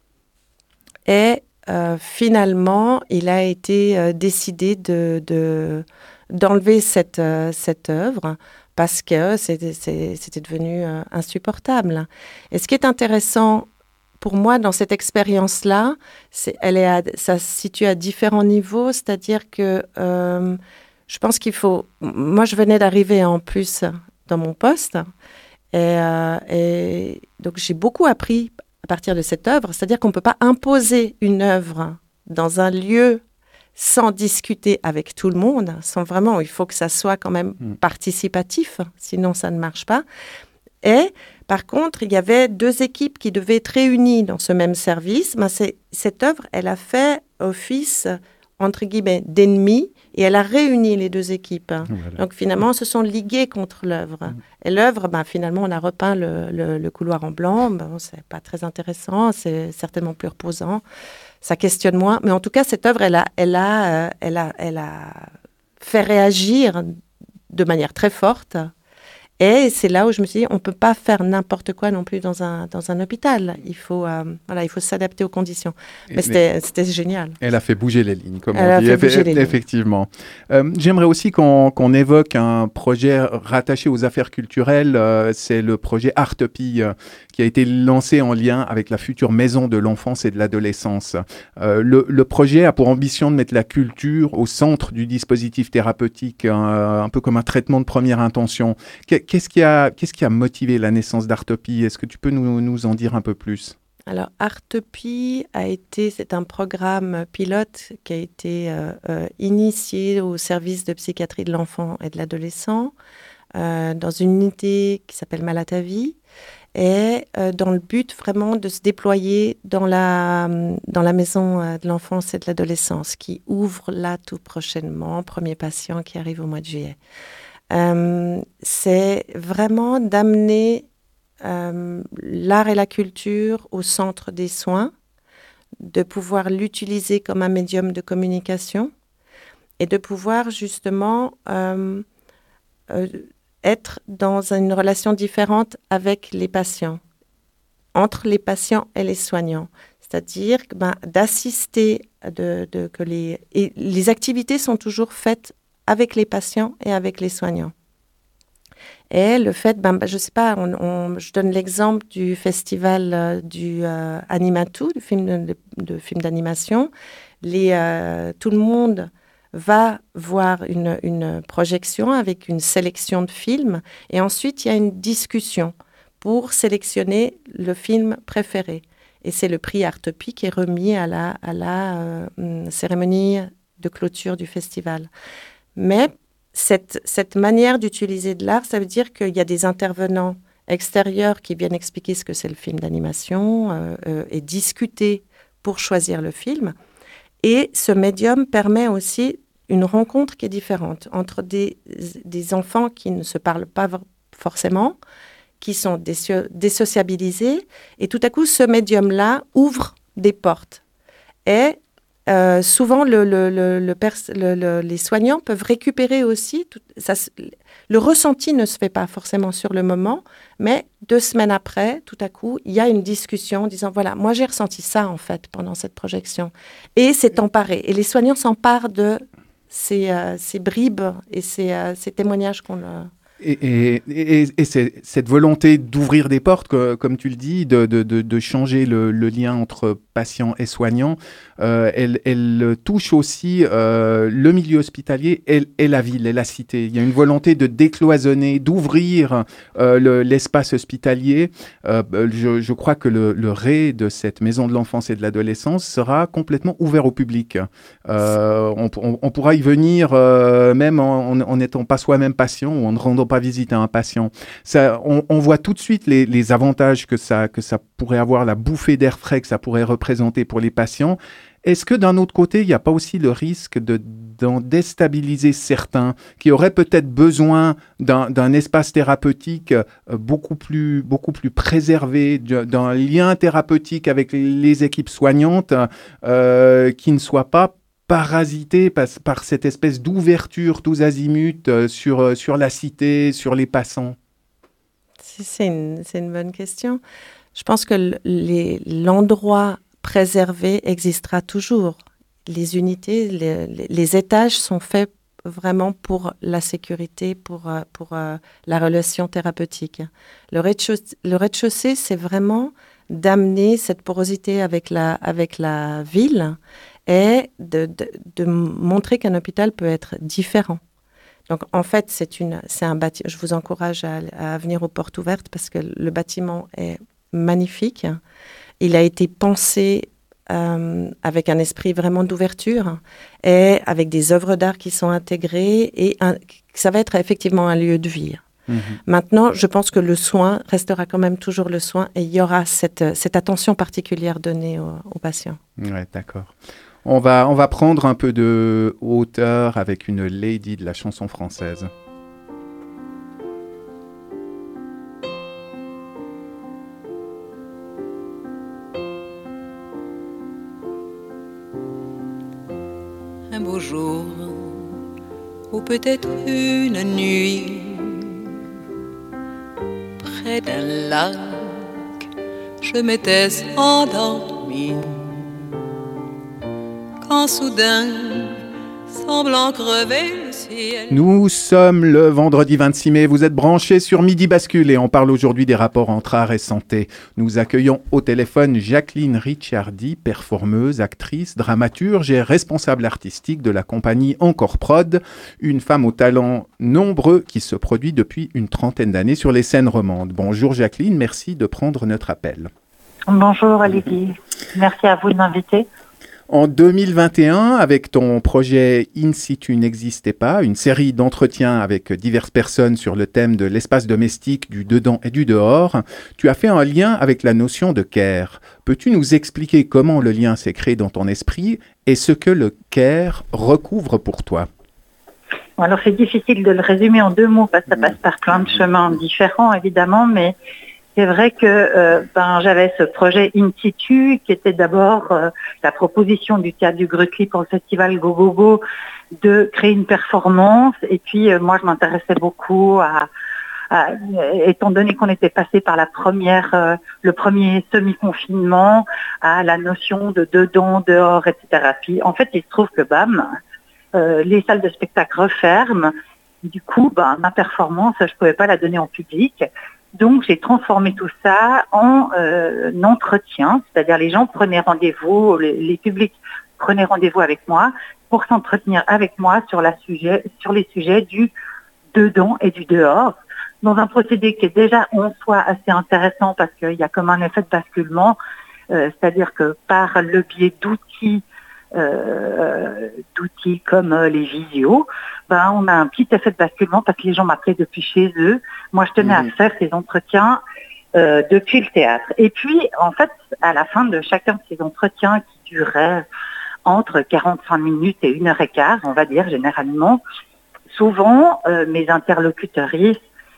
Et Euh, finalement, il a été euh, décidé de, de, d'enlever cette, euh, cette œuvre parce que c'était, c'était devenu euh, insupportable. Et ce qui est intéressant pour moi dans cette expérience-là, c'est, elle est à, ça se situe à différents niveaux, c'est-à-dire que euh, je pense qu'il faut... Moi, je venais d'arriver en plus dans mon poste et, euh, et donc j'ai beaucoup appris à partir de cette œuvre, c'est-à-dire qu'on ne peut pas imposer une œuvre dans un lieu sans discuter avec tout le monde, sans vraiment, il faut que ça soit quand même mmh. participatif, sinon ça ne marche pas. Et par contre, il y avait deux équipes qui devaient être réunies dans ce même service. Ben c'est, cette œuvre, elle a fait office, entre guillemets, d'ennemi, et elle a réuni les deux équipes. Voilà. Donc finalement, se sont ligués contre l'œuvre. Mmh. Et l'œuvre, ben, finalement, on a repeint le, le, le couloir en blanc. Ben, c'est pas très intéressant, c'est certainement plus reposant. Ça questionne moins. Mais en tout cas, cette œuvre, elle a, elle a, euh, elle a, elle a fait réagir de manière très forte. Et c'est là où je me suis dit, on ne peut pas faire n'importe quoi non plus dans un, dans un hôpital. Il faut, euh, voilà, il faut s'adapter aux conditions. Mais, mais c'était, c'était génial. Elle a fait bouger les lignes, comme elle on dit. A fait bouger les Effectivement. Euh, j'aimerais aussi qu'on, qu'on évoque un projet rattaché aux affaires culturelles. Euh, c'est le projet Artopie, euh, qui a été lancé en lien avec la future maison de l'enfance et de l'adolescence. Euh, le, le projet a pour ambition de mettre la culture au centre du dispositif thérapeutique, euh, un peu comme un traitement de première intention. Qu'est-ce qui a, qu'est-ce qui a motivé la naissance d'Artopie ? Est-ce que tu peux nous, nous en dire un peu plus ? Alors, Artopie a été, c'est un programme pilote qui a été euh, euh, initié au service de psychiatrie de l'enfant et de l'adolescent euh, dans une unité qui s'appelle Mal à ta vie. et euh, dans le but vraiment de se déployer dans la, dans la maison euh, de l'enfance et de l'adolescence qui ouvre là tout prochainement, premier patient qui arrive au mois de juillet. Euh, c'est vraiment d'amener euh, l'art et la culture au centre des soins, de pouvoir l'utiliser comme un médium de communication et de pouvoir justement euh, euh, être dans une relation différente avec les patients, entre les patients et les soignants. C'est-à-dire ben, d'assister, de, de, que les, et les activités sont toujours faites avec les patients et avec les soignants. Et le fait, ben, ben, je ne sais pas, on, on, je donne l'exemple du festival euh, du euh, Animatou, du film, de, de film d'animation. Les, euh, tout le monde va voir une, une projection avec une sélection de films et ensuite il y a une discussion pour sélectionner le film préféré. Et c'est le prix Artopie qui est remis à la, à la euh, cérémonie de clôture du festival. Mais cette, cette manière d'utiliser de l'art, ça veut dire qu'il y a des intervenants extérieurs qui viennent expliquer ce que c'est le film d'animation euh, euh, et discuter pour choisir le film. Et ce médium permet aussi une rencontre qui est différente entre des, des enfants qui ne se parlent pas forcément, qui sont déso- désociabilisés, et tout à coup, ce médium-là ouvre des portes. Et euh, souvent, le, le, le, le pers- le, le, les soignants peuvent récupérer aussi, tout, ça, le ressenti ne se fait pas forcément sur le moment, mais deux semaines après, tout à coup, il y a une discussion disant, voilà, moi j'ai ressenti ça en fait pendant cette projection. Et c'est emparé. Et les soignants s'emparent de ces, euh, ces bribes et ces, euh, ces témoignages qu'on a. Et, et, et, et c'est, cette volonté d'ouvrir des portes, que, comme tu le dis, de, de, de, de changer le, le lien entre patients et soignants, euh, elle, elle touche aussi euh, le milieu hospitalier et, et la ville et la cité. Il y a une volonté de décloisonner, d'ouvrir euh, le, l'espace hospitalier. Euh, je, je crois que le, le ré de cette maison de l'enfance et de l'adolescence sera complètement ouvert au public. Euh, on, on, on pourra y venir euh, même en n'étant pas soi-même patient ou en ne rendant pas visite à un patient. Ça, on, on voit tout de suite les, les avantages que ça, que ça pourrait avoir, la bouffée d'air frais que ça pourrait représenter pour les patients. Est-ce que d'un autre côté, il n'y a pas aussi le risque de, d'en déstabiliser certains qui auraient peut-être besoin d'un, d'un espace thérapeutique beaucoup plus, beaucoup plus préservé, d'un lien thérapeutique avec les équipes soignantes euh, qui ne soit pas parasité par, par cette espèce d'ouverture tous azimuts euh, sur, euh, sur la cité, sur les passants? C'est une, c'est une bonne question. Je pense que les, l'endroit préservé existera toujours. Les unités, les, les étages sont faits vraiment pour la sécurité, pour, pour uh, la relation thérapeutique. Le rez-de-chaussée, le rez-de-chaussée, c'est vraiment d'amener cette porosité avec la, avec la ville et de, de, de montrer qu'un hôpital peut être différent. Donc, en fait, c'est, une, c'est un bâtiment. Je vous encourage à, à venir aux portes ouvertes parce que le bâtiment est magnifique. Il a été pensé euh, avec un esprit vraiment d'ouverture et avec des œuvres d'art qui sont intégrées et un, ça va être effectivement un lieu de vie. Mmh. Maintenant, je pense que le soin restera quand même toujours le soin et il y aura cette, cette attention particulière donnée aux, aux patients. Oui, d'accord. On va, on va prendre un peu de hauteur avec une lady de la chanson française. Un beau jour, ou peut-être une nuit, près d'un lac, je m'étais endormie. Quand soudain, semblant crever le ciel. Nous sommes le vendredi vingt-six mai, vous êtes branchés sur Midi Bascule et on parle aujourd'hui des rapports entre art et santé. Nous accueillons au téléphone Jacqueline Ricciardi, performeuse, actrice, dramaturge et responsable artistique de la compagnie Encore Prod, une femme aux talents nombreux qui se produit depuis une trentaine d'années sur les scènes romandes. Bonjour Jacqueline, merci de prendre notre appel. Bonjour Olivier, merci à vous de m'inviter. En deux mille vingt et un, avec ton projet In situ n'existait pas, une série d'entretiens avec diverses personnes sur le thème de l'espace domestique, du dedans et du dehors, tu as fait un lien avec la notion de care. Peux-tu nous expliquer comment le lien s'est créé dans ton esprit et ce que le care recouvre pour toi? Alors c'est difficile de le résumer en deux mots parce que ça passe par plein de chemins différents évidemment, mais c'est vrai que euh, ben, j'avais ce projet In situ qui était d'abord euh, la proposition du théâtre du Grutli pour le festival Go Go Go de créer une performance. Et puis euh, moi je m'intéressais beaucoup à, à étant donné qu'on était passé par la première, euh, le premier semi-confinement, à la notion de dedans, dehors, et cetera. Puis en fait il se trouve que bam, euh, les salles de spectacle referment. Du coup, ben, ma performance, je pouvais pas la donner en public. Donc, j'ai transformé tout ça en euh, un entretien, c'est-à-dire les gens prenaient rendez-vous, les, les publics prenaient rendez-vous avec moi pour s'entretenir avec moi sur, la sujet, sur les sujets du dedans et du dehors, dans un procédé qui est déjà en soi assez intéressant parce qu'il y a comme un effet de basculement, euh, c'est-à-dire que par le biais d'outils, euh, d'outils comme euh, les visios, ben, on a un petit effet de basculement parce que les gens m'appelaient depuis chez eux. Moi, je tenais mmh. à faire ces entretiens euh, depuis le théâtre. Et puis, en fait, à la fin de chacun de ces entretiens qui duraient entre quarante-cinq minutes et une heure et quart, on va dire généralement, souvent, euh, mes interlocuteuristes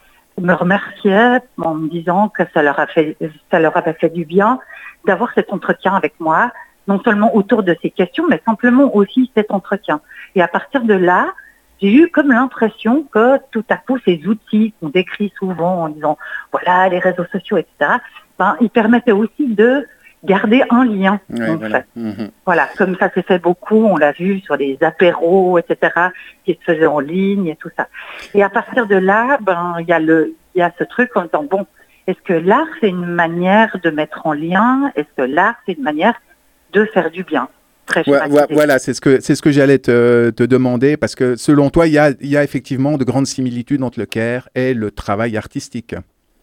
me remerciaient en me disant que ça leur a fait, ça leur avait fait du bien d'avoir cet entretien avec moi, non seulement autour de ces questions, mais simplement aussi cet entretien. Et à partir de là, j'ai eu comme l'impression que tout à coup, ces outils qu'on décrit souvent en disant, voilà, les réseaux sociaux, et cetera, ben, ils permettaient aussi de garder un lien. Oui, en voilà. fait. Mm-hmm. Voilà, comme ça s'est fait beaucoup, on l'a vu sur les apéros, et cetera, qui se faisaient en ligne et tout ça. Et à partir de là, ben, il y a le, il y a ce truc en disant, bon, est-ce que l'art, c'est une manière de mettre en lien? Est-ce que l'art, c'est une manière de faire du bien? Voilà, c'est ce que, c'est ce que j'allais te, te demander, parce que selon toi, il y a, il y a effectivement de grandes similitudes entre le care et le travail artistique.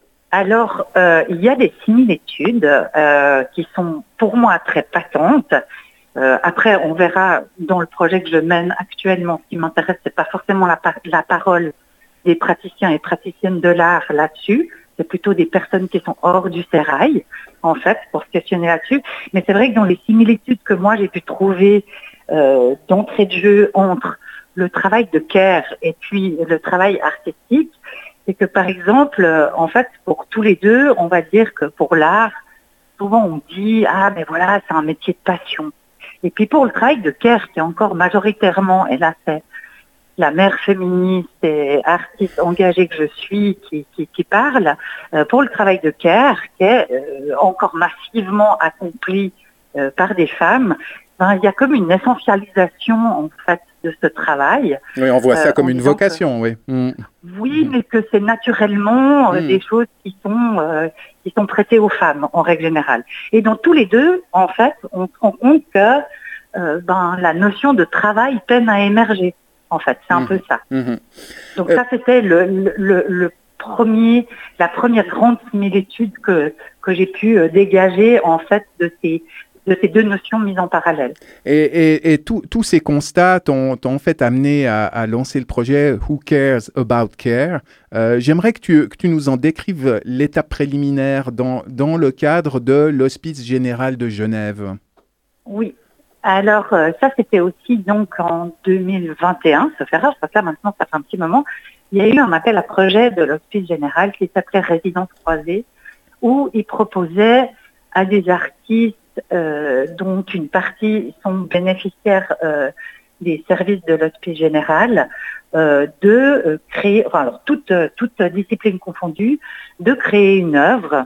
Alors, euh, il y a des similitudes euh, qui sont pour moi très patentes. Euh, après, on verra dans le projet que je mène actuellement, ce qui m'intéresse, c'est pas forcément la, par- la parole des praticiens et praticiennes de l'art là-dessus, c'est plutôt des personnes qui sont hors du sérail, en fait, pour se questionner là-dessus. Mais c'est vrai que dans les similitudes que moi j'ai pu trouver euh, d'entrée de jeu entre le travail de care et puis le travail artistique, c'est que par exemple, euh, en fait, pour tous les deux, on va dire que pour l'art, souvent on dit « Ah, mais voilà, c'est un métier de passion ». Et puis pour le travail de care, qui est encore majoritairement, et là c'est la mère féministe et artiste engagée que je suis qui, qui, qui parle, euh, pour le travail de care, qui est euh, encore massivement accompli euh, par des femmes, ben, il y a comme une essentialisation en fait de ce travail. Oui, on voit ça euh, comme une vocation, que, oui. Mmh. Oui, mmh. mais que c'est naturellement euh, mmh. des choses qui sont, euh, qui sont prêtées aux femmes en règle générale. Et dans tous les deux, en fait, on se rend compte que euh, ben, la notion de travail peine à émerger. En fait, c'est un mmh. peu ça. Mmh. Donc euh... ça, c'était le, le, le premier, la première grande similitude que, que j'ai pu euh, dégager en fait de ces, de ces deux notions mises en parallèle. Et, et, et tous ces constats t'ont, t'ont fait amener à, à lancer le projet Who Cares About Care. Euh, j'aimerais que tu, que tu nous en décrives l'étape préliminaire dans, dans le cadre de l'Hospice général de Genève. Oui. Alors, euh, ça, c'était aussi donc en deux mille vingt et un, ça fait rare, parce que là, maintenant, ça fait un petit moment, il y a eu un appel à projet de l'Hospice général qui s'appelait Résidence croisée, où il proposait à des artistes euh, dont une partie sont bénéficiaires euh, des services de l'Hospice général, euh, de euh, créer, enfin, alors, toute, toute discipline confondue, de créer une œuvre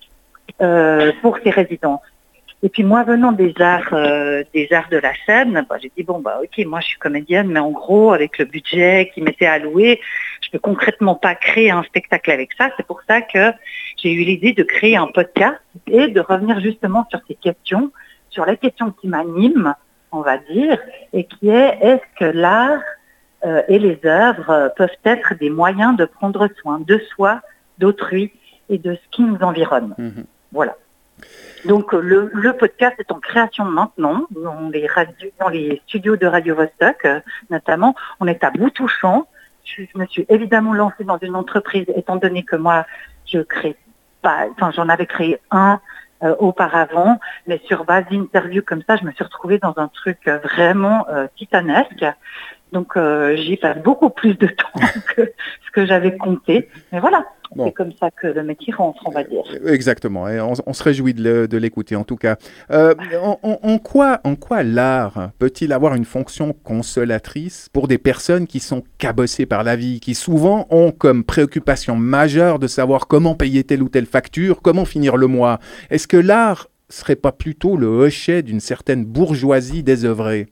euh, pour ces résidences. Et puis moi, venant des arts, euh, des arts de la scène, bah, j'ai dit bon bah ok, moi je suis comédienne, mais en gros avec le budget qui m'était alloué, je peux concrètement pas créer un spectacle avec ça. C'est pour ça que j'ai eu l'idée de créer un podcast et de revenir justement sur ces questions, sur les questions qui m'animent, on va dire, et qui est est-ce que l'art euh, et les œuvres euh, peuvent être des moyens de prendre soin de soi, d'autrui et de ce qui nous environne. Mmh. Voilà. Donc le, le podcast est en création maintenant, dans les, radio, dans les studios de Radio Vostok euh, notamment. On est à Boutouchon. Je, je me suis évidemment lancée dans une entreprise, étant donné que moi, je crée pas, enfin j'en avais créé un euh, auparavant, mais sur base d'interview comme ça, je me suis retrouvée dans un truc euh, vraiment euh, titanesque. Donc euh, j'y passe beaucoup plus de temps que ce que j'avais compté. Mais voilà, bon. C'est comme ça que le métier rentre, on va dire. Exactement, et on, on se réjouit de, le, de l'écouter en tout cas. Euh, en, en, en, quoi, en quoi l'art peut-il avoir une fonction consolatrice pour des personnes qui sont cabossées par la vie, qui souvent ont comme préoccupation majeure de savoir comment payer telle ou telle facture, comment finir le mois? Est-ce que l'art serait pas plutôt le hochet d'une certaine bourgeoisie désœuvrée?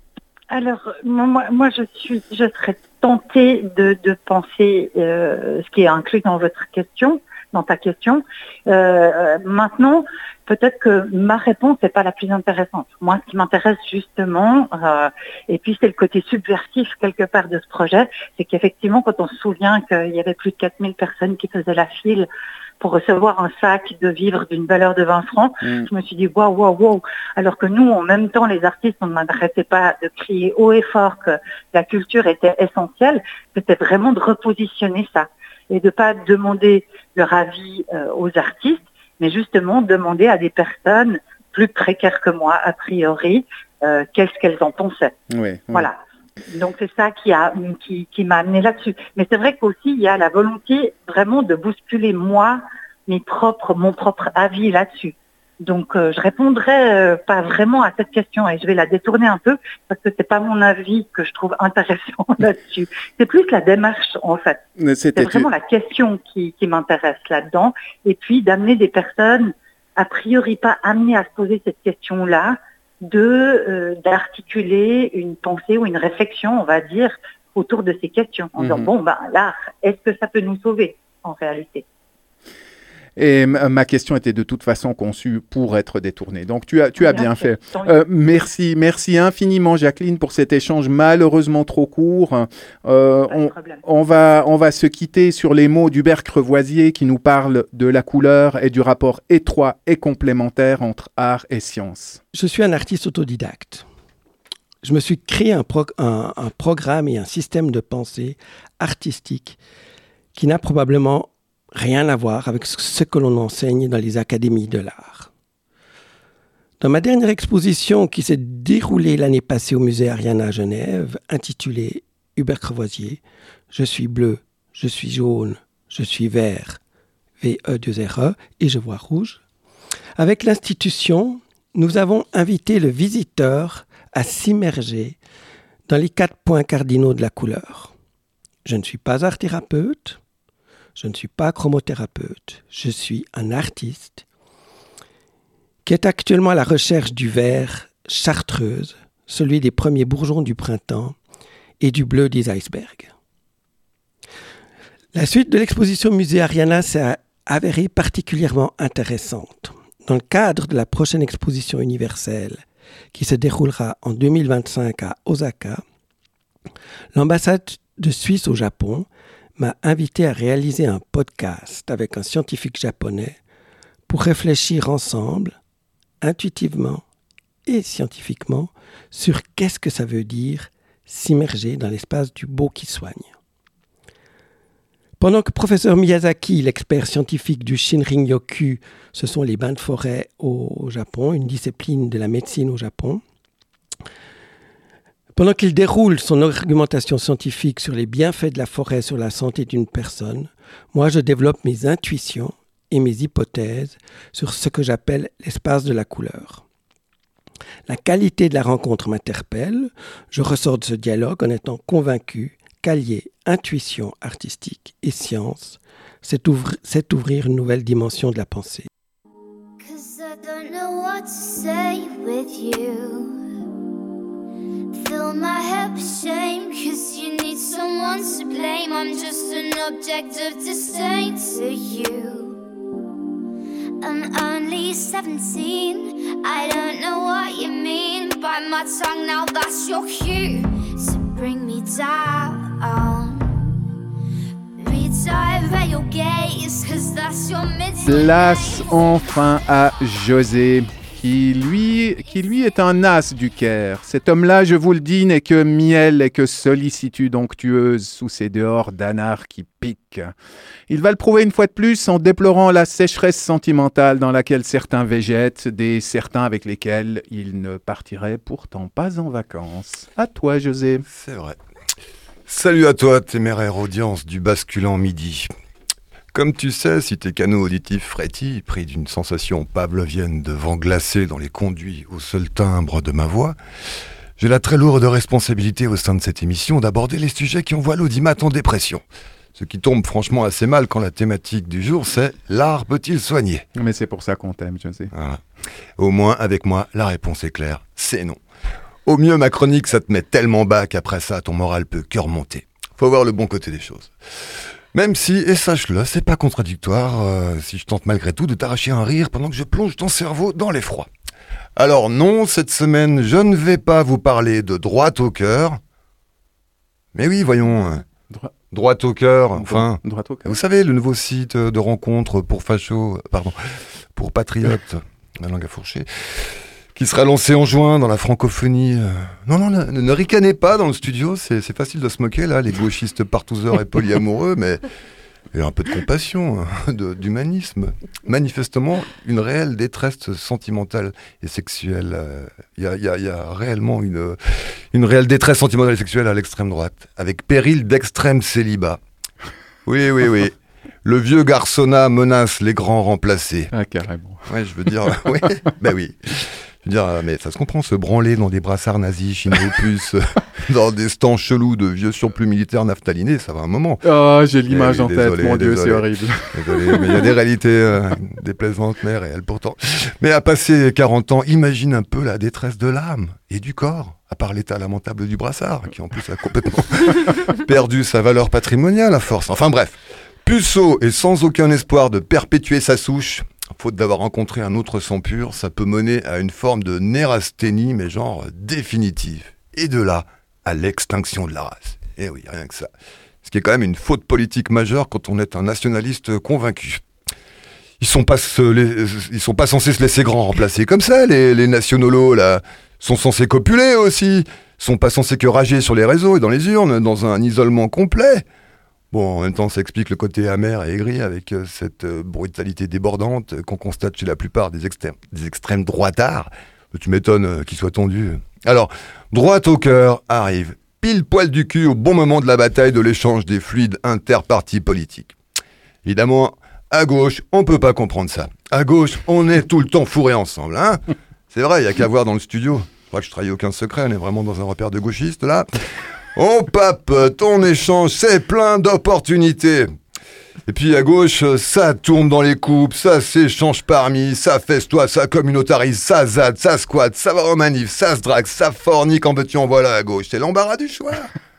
Alors, moi, moi, je suis, je serais tentée de, de penser euh, ce qui est inclus dans votre question, dans ta question. Euh, maintenant, peut-être que ma réponse n'est pas la plus intéressante. Moi, ce qui m'intéresse justement, euh, et puis c'est le côté subversif quelque part de ce projet, c'est qu'effectivement, quand on se souvient qu'il y avait plus de quatre mille personnes qui faisaient la file pour recevoir un sac de vivres d'une valeur de vingt francs, mmh. je me suis dit waouh, waouh, waouh. Alors que nous, en même temps, les artistes, on n'arrêtait pas de crier haut et fort que la culture était essentielle. C'était vraiment de repositionner ça et de pas demander leur avis euh, aux artistes, mais justement demander à des personnes plus précaires que moi, a priori, euh, qu'est-ce qu'elles en pensaient. Oui, oui. Voilà. Donc c'est ça qui a qui, qui m'a amené là-dessus. Mais c'est vrai qu'aussi il y a la volonté vraiment de bousculer moi, mes propres, mon propre avis là-dessus. Donc euh, je répondrai euh, pas vraiment à cette question et je vais la détourner un peu parce que c'est pas mon avis que je trouve intéressant là-dessus. C'est plus la démarche en fait. C'était c'est vraiment la question qui, qui m'intéresse là-dedans et puis d'amener des personnes a priori pas amenées à se poser cette question-là, de euh, d'articuler une pensée ou une réflexion, on va dire, autour de ces questions en mmh. disant bon ben l'art, est-ce que ça peut nous sauver en réalité? Et ma question était de toute façon conçue pour être détournée. Donc tu as, tu as bien fait. Euh, merci, merci infiniment Jacqueline pour cet échange malheureusement trop court. Euh, on, on, va, on va se quitter sur les mots d'Hubert Crevoisier qui nous parle de la couleur et du rapport étroit et complémentaire entre art et science. Je suis un artiste autodidacte. Je me suis créé un, pro- un, un programme et un système de pensée artistique qui n'a probablement rien à voir avec ce que l'on enseigne dans les académies de l'art. Dans ma dernière exposition qui s'est déroulée l'année passée au musée Ariana à Genève, intitulée Hubert Crevoisier, je suis bleu, je suis jaune, je suis vert, V E deux R E, et je vois rouge. Avec l'institution, nous avons invité le visiteur à s'immerger dans les quatre points cardinaux de la couleur. Je ne suis pas art-thérapeute, je ne suis pas chromothérapeute, je suis un artiste qui est actuellement à la recherche du vert chartreuse, celui des premiers bourgeons du printemps et du bleu des icebergs. La suite de l'exposition Musée Ariana s'est avérée particulièrement intéressante. Dans le cadre de la prochaine exposition universelle qui se déroulera en deux mille vingt-cinq à Osaka, l'ambassade de Suisse au Japon m'a invité à réaliser un podcast avec un scientifique japonais pour réfléchir ensemble, intuitivement et scientifiquement, sur qu'est-ce que ça veut dire s'immerger dans l'espace du beau qui soigne. Pendant que professeur Miyazaki, l'expert scientifique du Shinrin-yoku, ce sont les bains de forêt au Japon, une discipline de la médecine au Japon, pendant qu'il déroule son argumentation scientifique sur les bienfaits de la forêt sur la santé d'une personne, moi je développe mes intuitions et mes hypothèses sur ce que j'appelle l'espace de la couleur. La qualité de la rencontre m'interpelle, je ressors de ce dialogue en étant convaincu qu'allier intuition artistique et science, c'est, ouvri- c'est ouvrir une nouvelle dimension de la pensée. 'Cause I don't know what to say with you. Fill my head with shame, 'cause you need someone to blame. I'm just an object of disdain to you. I'm only seventeen, I don't know what you mean. Bite my tongue now, that's your cue. So bring me down, redirect your gaze, 'cause Place enfin à José, qui lui, qui lui est un as du Caire. Cet homme-là, je vous le dis, n'est que miel et que sollicitude onctueuse sous ces dehors d'anard qui piquent. Il va le prouver une fois de plus en déplorant la sécheresse sentimentale dans laquelle certains végètent, des certains avec lesquels il ne partirait pourtant pas en vacances. À toi, José. C'est vrai. Salut à toi, téméraire audience du basculant midi. Comme tu sais, si tes canaux auditifs frétillent, pris d'une sensation pavlovienne de vent glacé dans les conduits au seul timbre de ma voix, j'ai la très lourde responsabilité au sein de cette émission d'aborder les sujets qui envoient l'audimat en dépression. Ce qui tombe franchement assez mal quand la thématique du jour c'est « L'art peut-il soigner ?» Mais c'est pour ça qu'on t'aime, José. Voilà. Au moins, avec moi, la réponse est claire, c'est non. Au mieux, ma chronique, ça te met tellement bas qu'après ça, ton moral peut que remonter. Faut voir le bon côté des choses. Même si, et sache-le, c'est pas contradictoire, euh, si je tente malgré tout de t'arracher un rire pendant que je plonge ton cerveau dans l'effroi. Alors non, cette semaine, je ne vais pas vous parler de droit au cœur. Mais oui, voyons, Dro- droit au cœur, enfin, droit au cœur. Vous savez, le nouveau site de rencontre pour fachos, pardon, pour patriotes, la langue à fourcher, qui sera lancé en juin dans la francophonie. Non, non, ne, ne ricanez pas dans le studio, c'est, c'est facile de se moquer, là, les gauchistes partouzeurs et polyamoureux, mais il y a un peu de compassion, de, d'humanisme. Manifestement, une réelle détresse sentimentale et sexuelle. Il y a, il y a, il y a réellement une, une réelle détresse sentimentale et sexuelle à l'extrême droite, avec péril d'extrême célibat. Oui, oui, oui. Le vieux garçonnat menace les grands remplacés. Ah, carrément. Ouais, je veux dire, oui, ben oui. Je veux dire, mais ça se comprend, se branler dans des brassards nazis, chino-opus, dans des stands chelous de vieux surplus militaires naphtalinés, ça va un moment. Oh, j'ai l'image oui, en désolé, tête, mon désolé, Dieu, c'est horrible. Désolé, mais il y a des réalités euh, déplaisantes, mais réelles pourtant. Mais à passer quarante ans, imagine un peu la détresse de l'âme et du corps, à part l'état lamentable du brassard, qui en plus a complètement perdu sa valeur patrimoniale à force. Enfin bref, puceau et sans aucun espoir de perpétuer sa souche, faute d'avoir rencontré un autre sang pur, ça peut mener à une forme de nérasthénie, mais genre définitive. Et de là, à l'extinction de la race. Eh oui, rien que ça. Ce qui est quand même une faute politique majeure quand on est un nationaliste convaincu. Ils sont pas, se, les, ils sont pas censés se laisser grand remplacer comme ça, les, les nationalos, là. Sont censés copuler aussi. Sont pas censés que rager sur les réseaux et dans les urnes, dans un isolement complet. Bon, en même temps, ça explique le côté amer et aigri avec euh, cette euh, brutalité débordante euh, qu'on constate chez la plupart des, extrêmes, des extrêmes droitards. Tu m'étonnes euh, qu'ils soient tendus. Alors, droit au cœur arrive pile poil du cul au bon moment de la bataille de l'échange des fluides interpartis politiques. Évidemment, à gauche, on peut pas comprendre ça. À gauche, on est tout le temps fourrés ensemble, hein. C'est vrai, il y a qu'à voir dans le studio. Je crois que je trahis aucun secret, on est vraiment dans un repère de gauchistes, là. Oh pape, ton échange, c'est plein d'opportunités. Et puis à gauche, ça tourne dans les coupes, ça s'échange parmi, ça fesse-toi, ça communautarise, ça zade, ça squatte, ça va en manif, ça se drague, ça fornique en petit en voilà à gauche. C'est l'embarras du choix.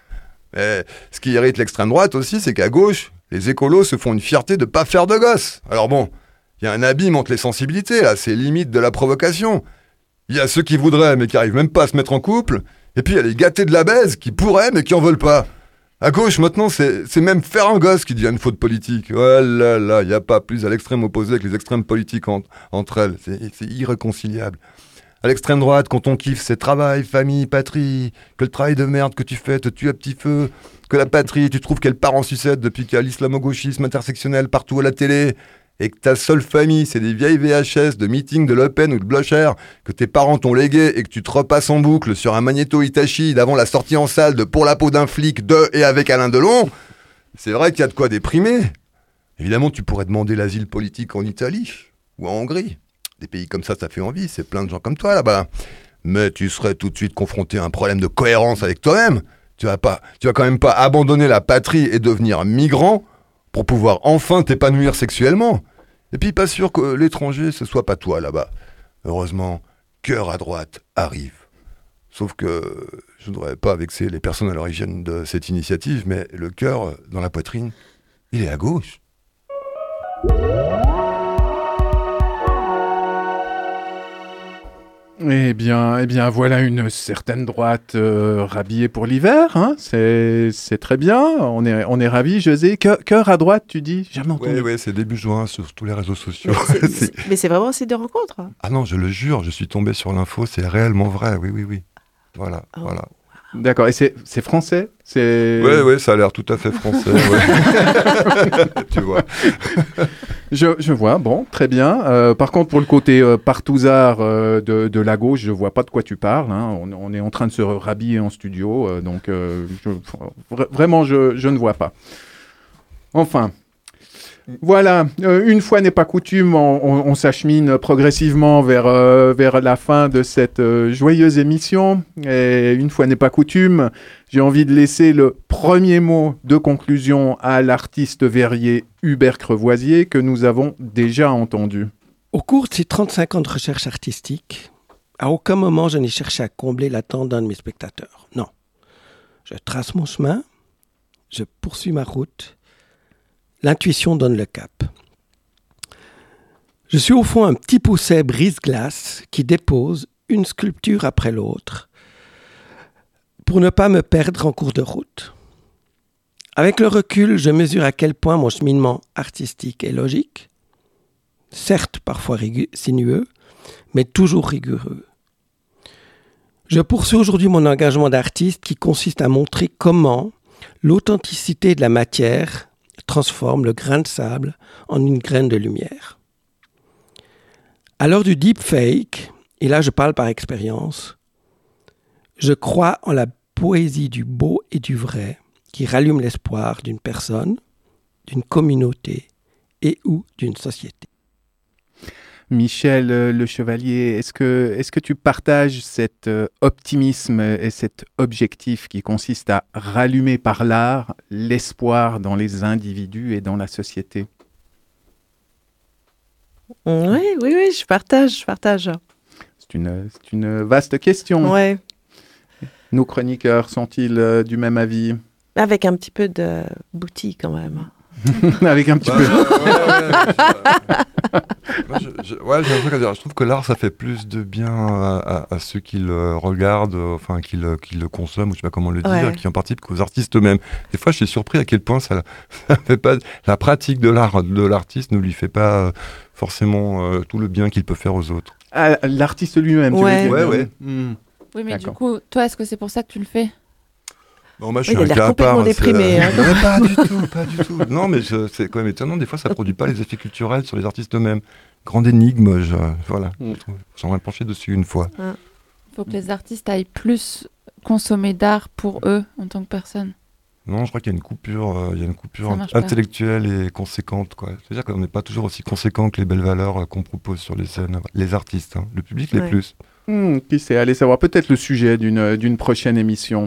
Mais ce qui irrite l'extrême droite aussi, c'est qu'à gauche, les écolos se font une fierté de pas faire de gosses. Alors bon, il y a un abîme entre les sensibilités, là, c'est limite de la provocation. Il y a ceux qui voudraient, mais qui arrivent même pas à se mettre en couple. Et puis il y a les gâtés de la baise qui pourraient mais qui en veulent pas. À gauche maintenant c'est, c'est même faire un gosse qui devient une faute politique. Oh là là, il n'y a pas plus à l'extrême opposé que les extrêmes politiques en, entre elles. C'est, c'est irréconciliable. À l'extrême droite, quand on kiffe, c'est travail, famille, patrie, que le travail de merde que tu fais te tue à petit feu, que la patrie, tu trouves qu'elle part en sucette depuis qu'il y a l'islamo-gauchisme intersectionnel partout à la télé, et que ta seule famille, c'est des vieilles V H S de meetings de Le Pen ou de Blocher que tes parents t'ont légué et que tu te repasses en boucle sur un magnéto Hitachi d'avant la sortie en salle de Pour la peau d'un flic de et avec Alain Delon, c'est vrai qu'il y a de quoi déprimer. Évidemment, tu pourrais demander l'asile politique en Italie ou en Hongrie. Des pays comme ça, ça fait envie, c'est plein de gens comme toi là-bas. Mais tu serais tout de suite confronté à un problème de cohérence avec toi-même. Tu vas pas, tu vas quand même pas abandonner la patrie et devenir migrant pour pouvoir enfin t'épanouir sexuellement. Et puis pas sûr que l'étranger, ce soit pas toi là-bas. Heureusement, cœur à droite arrive. Sauf que je ne voudrais pas vexer les personnes à l'origine de cette initiative, mais le cœur dans la poitrine, il est à gauche. Eh bien, eh bien, voilà une certaine droite euh, rhabillée pour l'hiver. Hein. C'est, c'est très bien. On est, on est ravis, José. Que, cœur à droite, tu dis? Jamais entendu. Oui, ouais, c'est début juin sur tous les réseaux sociaux. Mais c'est, c'est, mais c'est vraiment un site de rencontre. Ah non, je le jure, je suis tombé sur l'info, c'est réellement vrai. Oui, oui, oui. Voilà, oh. voilà. D'accord. Et c'est, c'est français? C'est... Oui, oui, ça a l'air tout à fait français. Ouais. Tu vois. Je, je vois, bon, très bien. Euh, par contre, pour le côté euh, partouzard euh, de, de la gauche, je ne vois pas de quoi tu parles. Hein. On, on est en train de se rhabiller en studio, euh, donc euh, je, vra- vraiment, je, je ne vois pas. Enfin, voilà, euh, une fois n'est pas coutume, on, on, on s'achemine progressivement vers, euh, vers la fin de cette euh, joyeuse émission. Et une fois n'est pas coutume, j'ai envie de laisser le premier mot de conclusion à l'artiste verrier Hubert Crevoisier que nous avons déjà entendu. Au cours de ces trente-cinq ans de recherche artistique, à aucun moment je n'ai cherché à combler l'attente d'un de mes spectateurs. Non. Je trace mon chemin, je poursuis ma route. L'intuition donne le cap. Je suis au fond un petit pousset brise-glace qui dépose une sculpture après l'autre pour ne pas me perdre en cours de route. Avec le recul, je mesure à quel point mon cheminement artistique est logique, certes parfois rigu- sinueux, mais toujours rigoureux. Je poursuis aujourd'hui mon engagement d'artiste qui consiste à montrer comment l'authenticité de la matière transforme le grain de sable en une graine de lumière. À l'heure du deepfake, et là je parle par expérience, je crois en la poésie du beau et du vrai qui rallume l'espoir d'une personne, d'une communauté et ou d'une société. Michel euh, Le Chevalier, est-ce que, est-ce que tu partages cet euh, optimisme et cet objectif qui consiste à rallumer par l'art l'espoir dans les individus et dans la société? Oui, oui, oui, je partage, je partage. C'est une, c'est une vaste question. Ouais. Nos chroniqueurs sont-ils euh, du même avis? Avec un petit peu de boutique quand même. Avec un petit bah, peu. Ouais, ouais, ouais, Moi, je, je, ouais, j'ai un truc à dire. Je trouve que l'art, ça fait plus de bien à, à, à ceux qui le regardent, enfin, qui le, qui le consomment, ou je sais pas comment le dire, ouais. qui en participent qu'aux artistes eux-mêmes. Des fois, je suis surpris à quel point ça, ça fait pas, la pratique de l'art de l'artiste ne lui fait pas euh, forcément euh, tout le bien qu'il peut faire aux autres. Ah, l'artiste lui-même, ouais. tu veux dire? Ouais, ouais. Mmh. Oui, mais D'accord. du coup, toi, est-ce que c'est pour ça que tu le fais? Bon, moi, je Oui, suis il a un l'air cas à part. complètement déprimé. C'est, hein. euh, pas du tout, pas du tout. Non, mais je, c'est quand même étonnant. Des fois, ça produit pas les effets culturels sur les artistes eux-mêmes. Grande énigme, je, voilà. Mm. J'aimerais me pencher dessus une fois. Il faut que les artistes aillent plus consommer d'art pour eux en tant que personne. Non, je crois qu'il y a une coupure, euh, il y a une coupure Ça marche pas. intellectuelle et conséquente, quoi. C'est-à-dire qu'on n'est pas toujours aussi conséquent que les belles valeurs euh, qu'on propose sur les scènes. Les artistes, hein. Le public, les Ouais. plus. Hmm, qui sait, allez savoir peut-être le sujet d'une, d'une prochaine émission.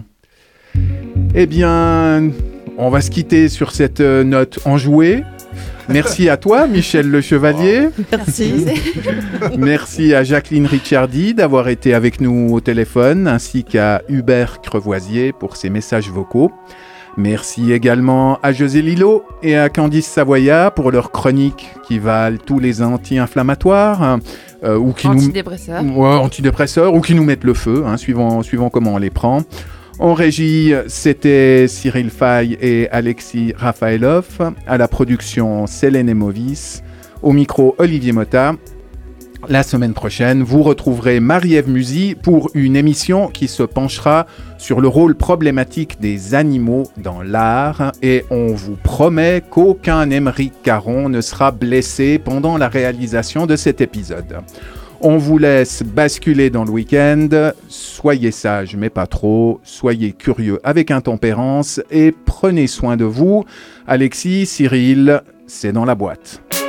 Eh bien, on va se quitter sur cette euh, note enjouée. Merci à toi, Michel Le Chevalier. Merci. Merci à Jacqueline Ricciardi d'avoir été avec nous au téléphone, ainsi qu'à Hubert Crevoisier pour ses messages vocaux. Merci également à José Lillo et à Candice Savoya pour leurs chroniques qui valent tous les anti-inflammatoires euh, ou qui Antidépresseurs. nous ouais, antidépresseurs ou qui nous mettent le feu, hein, suivant, suivant comment on les prend. En régie, c'était Cyril Fay et Alexis Rafaelov. À la production, Célène Emovis. Au micro, Olivier Motta. La semaine prochaine, vous retrouverez Marie-Ève Musy pour une émission qui se penchera sur le rôle problématique des animaux dans l'art. Et on vous promet qu'aucun Émeric Caron ne sera blessé pendant la réalisation de cet épisode. On vous laisse basculer dans le week-end. Soyez sages, mais pas trop. Soyez curieux avec intempérance et prenez soin de vous. Alexis, Cyril, c'est dans la boîte.